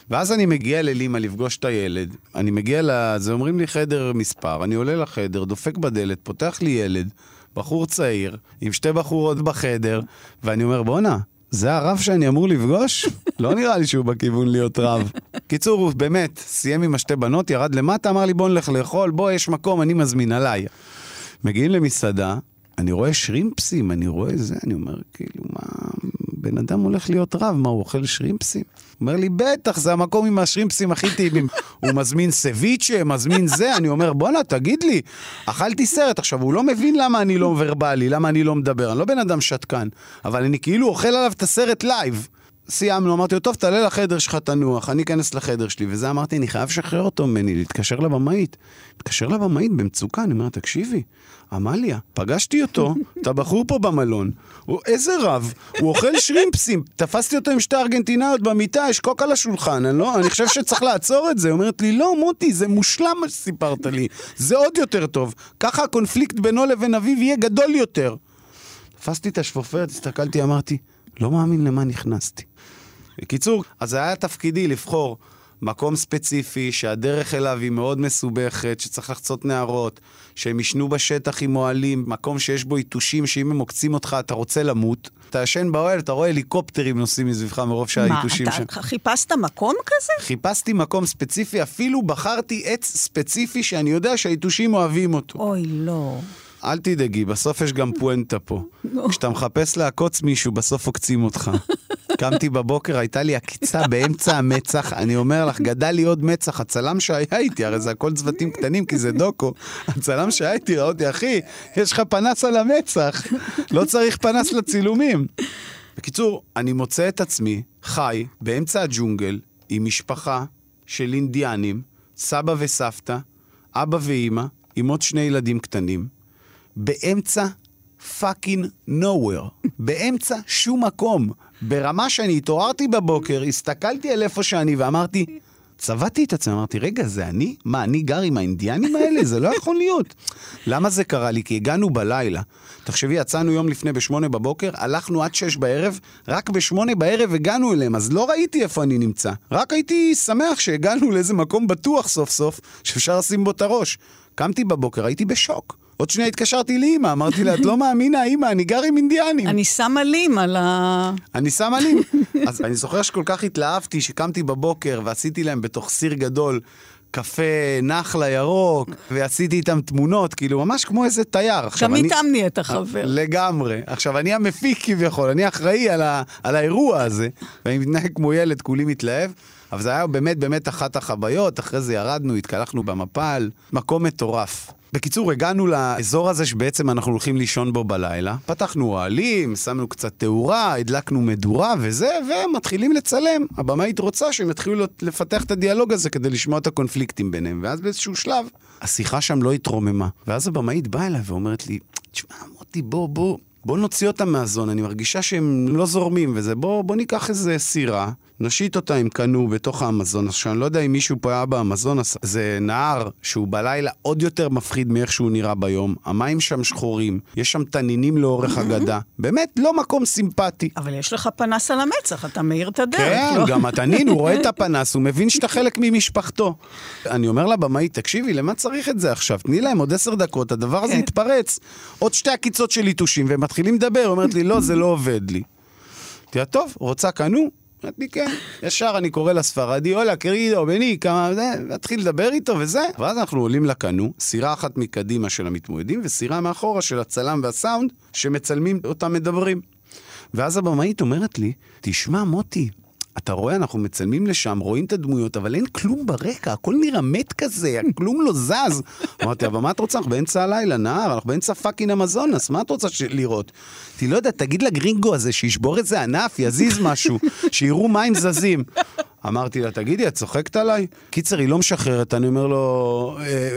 [SPEAKER 4] ואז אני מגיע ללימה לפגוש את הילד, אני מגיע לזה, אומרים לי חדר מספר, אני עולה לחדר, דופק בדלת, פותח לי ילד, בחור צעיר, עם שתי בחורות בחדר, ואני אומר, בונה, זה הרב שאני אמור לפגוש? לא נראה לי שהוא בכיוון להיות רב. קיצור, הוא באמת סיים עם השתי בנות, ירד למטה, אמר לי, בוא נלך לאכול, בוא, יש מקום, אני מזמין עליי. מגיעים למסעדה, אני רואה שרימפסים, אני רואה זה, אני אומר, כאילו, מה, בן אדם הולך להיות רב, מה, הוא אוכל שרימפסים? הוא אומר לי, בטח, זה המקום עם השרימפסים הכי טעימים. הוא מזמין סביצ'ה, מזמין זה, אני אומר, בוא'נה, תגיד לי, אכלתי סרט, עכשיו, הוא לא מבין למה אני לא ורבלי, למה אני לא מדבר, אני לא בן אדם שתקן, אבל אני כאילו אוכל עליו את הסרט לייב. סיימנו, אמרתי לו, טוב, תעלה לחדר שלך תנוח, אני אכנס לחדר שלי, וזה אמרתי, אני חייב לשחרר אותו ממני, להתקשר לבמאית. להתקשר לבמאית במצוקה, אני אומר, תקשיבי, אמליה, פגשתי אותו, אתה בחור פה במלון, הוא, איזה רב, הוא אוכל שרימפסים, תפסתי אותו עם שתי ארגנטינאיות במיטה, יש קוק על השולחן, אני, לא, אני חושב שצריך לעצור את זה, היא אומרת לי, לא, מוטי, זה מושלם מה שסיפרת לי, זה עוד יותר טוב, ככה הקונפליקט בינו לבין אביו יהיה גדול יותר. תפסתי את השפופרת, הסתכלתי, אמרתי, לא מאמין למה נכנסתי. בקיצור, אז זה היה תפקידי לבחור מקום ספציפי, שהדרך אליו היא מאוד מסובכת, שצריך לחצות נערות, שהם ישנו בשטח עם מועלים, מקום שיש בו איתושים, שאם הם מוקצים אותך, אתה רוצה למות. אתה ישן באוהל, אתה רואה הליקופטרים נוסעים מסביבך מרוב שהאיתושים שם.
[SPEAKER 3] מה, אתה חיפשת מקום כזה?
[SPEAKER 4] חיפשתי מקום ספציפי, אפילו בחרתי עץ ספציפי, שאני יודע שהאיתושים אוהבים אותו.
[SPEAKER 3] אוי, לא.
[SPEAKER 4] אל תדאגי, בסוף יש גם פואנטה פה. כשאתה מחפש לעקוץ מישהו, בסוף עוקצים אותך. קמתי בבוקר, הייתה לי עקיצה באמצע המצח, אני אומר לך, גדל לי עוד מצח, הצלם שהיה איתי, הרי זה הכל צוותים קטנים, כי זה דוקו, הצלם שהיה איתי, ראה אותי, אחי, יש לך פנס על המצח, לא צריך פנס לצילומים. בקיצור, אני מוצא את עצמי, חי, באמצע הג'ונגל, עם משפחה של אינדיאנים, סבא וסבתא, אבא ואמא, עם עוד שני ילדים קטנים, באמצע פאקינג nowhere, באמצע שום מקום, ברמה שאני התעוררתי בבוקר, הסתכלתי על איפה שאני ואמרתי, צבעתי את עצמי, אמרתי, רגע, זה אני? מה, אני גר עם האינדיאנים האלה? זה לא יכול להיות. למה זה קרה לי? כי הגענו בלילה. תחשבי, יצאנו יום לפני בשמונה בבוקר, הלכנו עד שש בערב, רק בשמונה בערב הגענו אליהם, אז לא ראיתי איפה אני נמצא. רק הייתי שמח שהגענו לאיזה מקום בטוח סוף סוף, שאפשר לשים בו את הראש. קמתי בבוקר, הייתי בשוק. עוד שנייה התקשרתי לאמא, אמרתי לה, את לא מאמינה, אמא, אני גר עם אינדיאנים.
[SPEAKER 3] אני שמה לים על ה...
[SPEAKER 4] אני שמה לים. אז אני זוכר שכל כך התלהבתי, שקמתי בבוקר ועשיתי להם בתוך סיר גדול, קפה נחלה ירוק, ועשיתי איתם תמונות, כאילו ממש כמו איזה תייר.
[SPEAKER 3] תמיד תאמני את החבר.
[SPEAKER 4] לגמרי. עכשיו, אני המפיק כביכול, אני אחראי על, ה... על האירוע הזה, ואני מתנהג כמו ילד, כולי מתלהב. אבל זה היה באמת באמת אחת החוויות, אחרי זה ירדנו, התקלחנו במפל, מקום מטורף. בקיצור, הגענו לאזור הזה שבעצם אנחנו הולכים לישון בו בלילה. פתחנו אוהלים, שמנו קצת תאורה, הדלקנו מדורה וזה, ומתחילים לצלם. הבמאית רוצה שהם יתחילו לפתח את הדיאלוג הזה כדי לשמוע את הקונפליקטים ביניהם. ואז באיזשהו שלב, השיחה שם לא התרוממה. ואז הבמאית באה אליי ואומרת לי, תשמע, מוטי, בוא, בוא, בוא נוציא אותם מהזון. אני מרגישה שהם לא זורמים וזה. בוא, בוא ניקח איזה סירה. נשית אותה עם קנו בתוך האמזון, עכשיו אני לא יודע אם מישהו פה היה באמזון, זה נהר שהוא בלילה עוד יותר מפחיד מאיך שהוא נראה ביום, המים שם שחורים, יש שם תנינים לאורך הגדה, באמת לא מקום סימפטי.
[SPEAKER 3] אבל יש לך פנס על המצח, אתה מאיר את הדרך.
[SPEAKER 4] כן,
[SPEAKER 3] לא?
[SPEAKER 4] גם התנין, הוא רואה את הפנס, הוא מבין שאתה חלק ממשפחתו. אני אומר לבמאית, תקשיבי, למה צריך את זה עכשיו? תני להם עוד עשר דקות, הדבר הזה יתפרץ, עוד שתי עקיצות של איתושים, והם מתחילים לדבר, אומרת לי, לא, זה לא עובד לי. תהיה טוב, רוצה קנו? אמרתי, כן, ישר אני קורא לספרדי, אולה, קרידו, בני, כמה, זה, להתחיל לדבר איתו וזה. ואז אנחנו עולים לקנו, סירה אחת מקדימה של המתמודדים, וסירה מאחורה של הצלם והסאונד, שמצלמים אותם מדברים. ואז הבמאית אומרת לי, תשמע מוטי, אתה רואה, אנחנו מצלמים לשם, רואים את הדמויות, אבל אין כלום ברקע, הכל נראה מת כזה, כלום לא זז. אמרתי, אבל מה את רוצה? אנחנו באמצע הלילה, נהר, אנחנו באמצע פאקינג אמזונס, מה את רוצה לראות? אני לא יודע, תגיד לגרינגו הזה, שישבור איזה ענף, יזיז משהו, שיראו מים זזים. אמרתי לה, תגידי, את צוחקת עליי? קיצר, היא לא משחררת, אני אומר לו,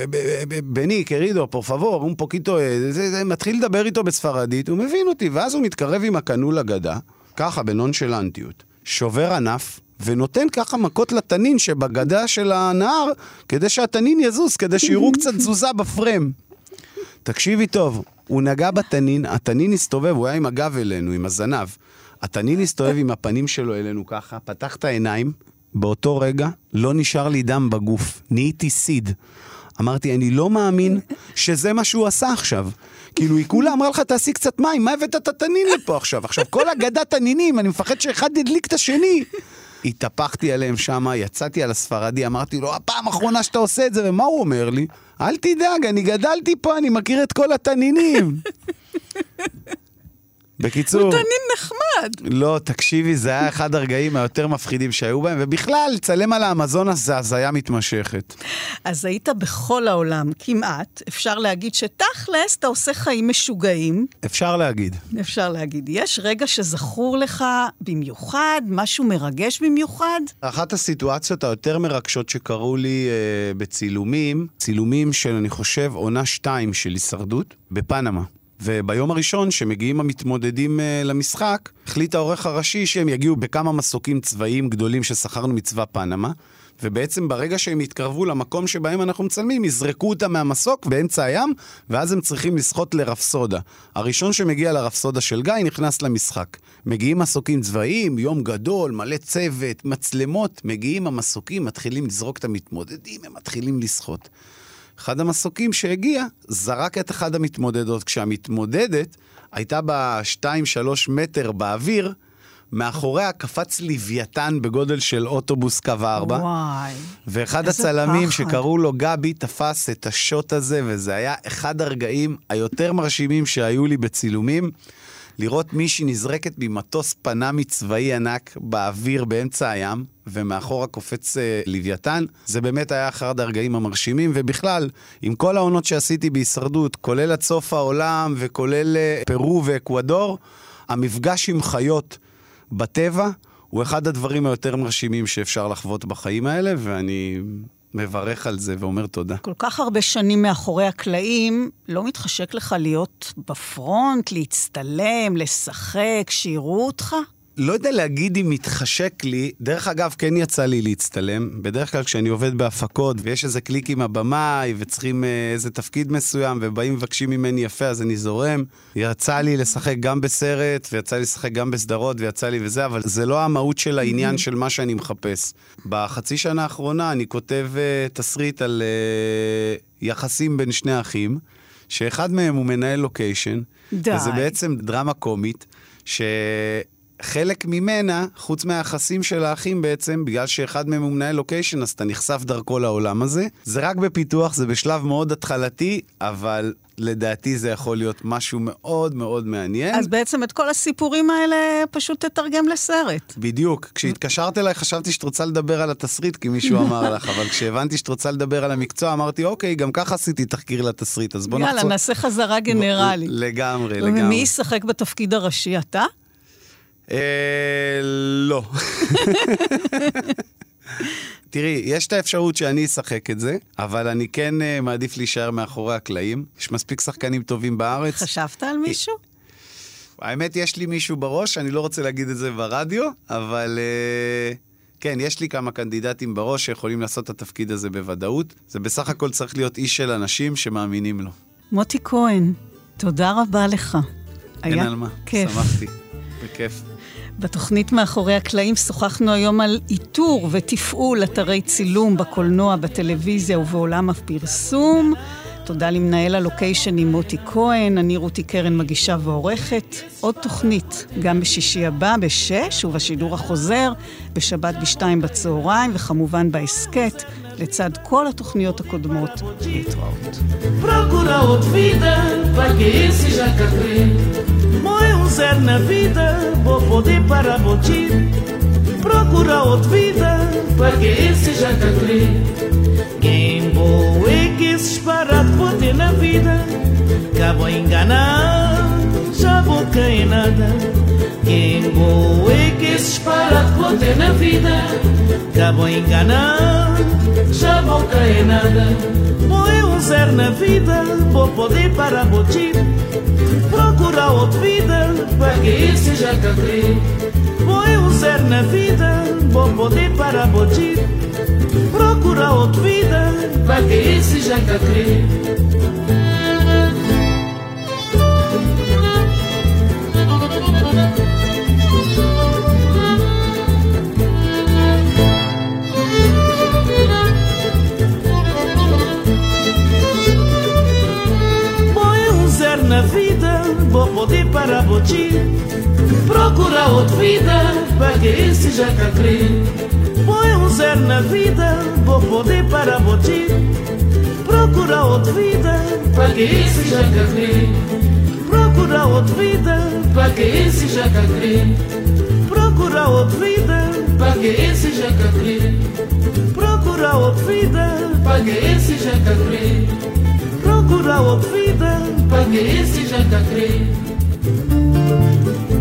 [SPEAKER 4] בני, קרידו, פור פבור, הוא פוקיטו, מתחיל לדבר איתו בספרדית, הוא מבין אותי, ואז הוא מתקרב עם הקנו לגדה, ככה, בנונשלנטיות. שובר ענף, ונותן ככה מכות לתנין שבגדה של הנהר, כדי שהתנין יזוז, כדי שיראו קצת תזוזה בפרם. תקשיבי טוב, הוא נגע בתנין, התנין הסתובב, הוא היה עם הגב אלינו, עם הזנב. התנין הסתובב עם הפנים שלו אלינו ככה, פתח את העיניים, באותו רגע לא נשאר לי דם בגוף, נהייתי סיד. אמרתי, אני לא מאמין שזה מה שהוא עשה עכשיו. כאילו, היא כולה אמרה לך, תעשי קצת מים, מה הבאת את התנין לפה עכשיו? עכשיו, כל אגדת תנינים, אני מפחד שאחד ידליק את השני. התהפכתי עליהם שם, יצאתי על הספרדי, אמרתי לו, הפעם האחרונה שאתה עושה את זה, ומה הוא אומר לי? אל תדאג, אני גדלתי פה, אני מכיר את כל התנינים. בקיצור...
[SPEAKER 3] הוא תנין נחמד.
[SPEAKER 4] לא, תקשיבי, זה היה אחד הרגעים היותר מפחידים שהיו בהם, ובכלל, לצלם על האמזון הזה, אז היה מתמשכת.
[SPEAKER 3] אז היית בכל העולם, כמעט. אפשר להגיד שתכלס, אתה עושה חיים משוגעים.
[SPEAKER 4] אפשר להגיד.
[SPEAKER 3] אפשר להגיד. יש רגע שזכור לך במיוחד, משהו מרגש במיוחד?
[SPEAKER 4] אחת הסיטואציות היותר מרגשות שקראו לי אה, בצילומים, צילומים של, אני חושב, עונה שתיים של הישרדות, בפנמה. וביום הראשון שמגיעים המתמודדים uh, למשחק, החליט העורך הראשי שהם יגיעו בכמה מסוקים צבאיים גדולים ששכרנו מצבא פנמה, ובעצם ברגע שהם יתקרבו למקום שבהם אנחנו מצלמים, יזרקו אותם מהמסוק באמצע הים, ואז הם צריכים לשחות לרפסודה. הראשון שמגיע לרפסודה של גיא נכנס למשחק. מגיעים מסוקים צבאיים, יום גדול, מלא צוות, מצלמות, מגיעים המסוקים, מתחילים לזרוק את המתמודדים, הם מתחילים לשחות. אחד המסוקים שהגיע, זרק את אחד המתמודדות, כשהמתמודדת הייתה ב-שתיים שלוש מטר באוויר, מאחוריה קפץ לוויתן בגודל של אוטובוס קו ארבע.
[SPEAKER 3] וואי.
[SPEAKER 4] ואחד הצלמים שקראו לו גבי תפס את השוט הזה, וזה היה אחד הרגעים היותר מרשימים שהיו לי בצילומים, לראות מישהי נזרקת ממטוס פנמי צבאי ענק באוויר באמצע הים, ומאחורה קופץ אה, לוויתן. זה באמת היה אחד הרגעים המרשימים, ובכלל, עם כל העונות שעשיתי בהישרדות, כולל עד סוף העולם, וכולל אה, פרו ואקוודור, המפגש עם חיות בטבע, הוא אחד הדברים היותר מרשימים שאפשר לחוות בחיים האלה, ואני מברך על זה ואומר תודה.
[SPEAKER 3] כל כך הרבה שנים מאחורי הקלעים, לא מתחשק לך להיות בפרונט, להצטלם, לשחק, שיראו אותך?
[SPEAKER 4] לא יודע להגיד אם מתחשק לי, דרך אגב כן יצא לי להצטלם, בדרך כלל כשאני עובד בהפקות ויש איזה קליק עם הבמאי וצריכים איזה תפקיד מסוים ובאים מבקשים ממני יפה אז אני זורם, יצא לי לשחק גם בסרט ויצא לי לשחק גם בסדרות ויצא לי וזה, אבל זה לא המהות של העניין של מה שאני מחפש. בחצי שנה האחרונה אני כותב uh, תסריט על uh, יחסים בין שני אחים, שאחד מהם הוא מנהל לוקיישן,
[SPEAKER 3] די.
[SPEAKER 4] וזה בעצם דרמה קומית ש... חלק ממנה, חוץ מהיחסים של האחים בעצם, בגלל שאחד מהם הוא מנהל לוקיישן, אז אתה נחשף דרכו לעולם הזה. זה רק בפיתוח, זה בשלב מאוד התחלתי, אבל לדעתי זה יכול להיות משהו מאוד מאוד מעניין.
[SPEAKER 3] אז בעצם את כל הסיפורים האלה פשוט תתרגם לסרט.
[SPEAKER 4] בדיוק. כשהתקשרת אליי חשבתי שאת רוצה לדבר על התסריט, כי מישהו אמר לך, אבל כשהבנתי שאת רוצה לדבר על המקצוע, אמרתי, אוקיי, גם ככה עשיתי תחקיר לתסריט, אז בוא נחצור.
[SPEAKER 3] יאללה, נעשה חזרה גנרלית.
[SPEAKER 4] לגמרי, לגמרי.
[SPEAKER 3] ומי ישחק בתפקיד הראשי, אתה?
[SPEAKER 4] לא. תראי, יש את האפשרות שאני אשחק את זה, אבל אני כן מעדיף להישאר מאחורי הקלעים. יש מספיק שחקנים טובים בארץ.
[SPEAKER 3] חשבת על מישהו?
[SPEAKER 4] האמת, יש לי מישהו בראש, אני לא רוצה להגיד את זה ברדיו, אבל כן, יש לי כמה קנדידטים בראש שיכולים לעשות את התפקיד הזה בוודאות. זה בסך הכל צריך להיות איש של אנשים שמאמינים לו.
[SPEAKER 3] מוטי כהן, תודה רבה לך.
[SPEAKER 4] אין על מה, שמחתי. בכיף.
[SPEAKER 3] בתוכנית מאחורי הקלעים שוחחנו היום על איתור ותפעול אתרי צילום בקולנוע, בטלוויזיה ובעולם הפרסום. תודה למנהל הלוקיישנים מוטי כהן, אני רותי קרן מגישה ועורכת. עוד תוכנית, גם בשישי הבא בשש ובשידור החוזר, בשבת בשתיים בצהריים וכמובן בעסקת, לצד כל התוכניות הקודמות. להתראות.
[SPEAKER 5] Procura outra vida, para que esse já cacrê. Moe um ser na vida, vou poder parar botir. Procura outra vida, para que esse já cacrê. Quem boa é que esses parados vou ter na vida. Acabo a enganar, já vou cair nada. Quem boa é que esses parados vou ter na vida. Acabo a enganar, já vou cair nada. Moe um ser na vida, vou poder parar botir. Procurar outra vida, para que esse já cacrê. Moe um ser na vida, vou poder parar botir. Procurar outra vida, para que esse já cacrê. boti. Procura outra vida, para que esse já cá crer. Põe um zero na vida, vou poder para boti. Procura outra vida, para que esse já cá crer. Procura outra vida, para que esse já cá crer. Procura outra vida, para que esse já cá crer. Procura outra vida, para que esse já cá crer. Procura outra vida, para que esse já cá crer.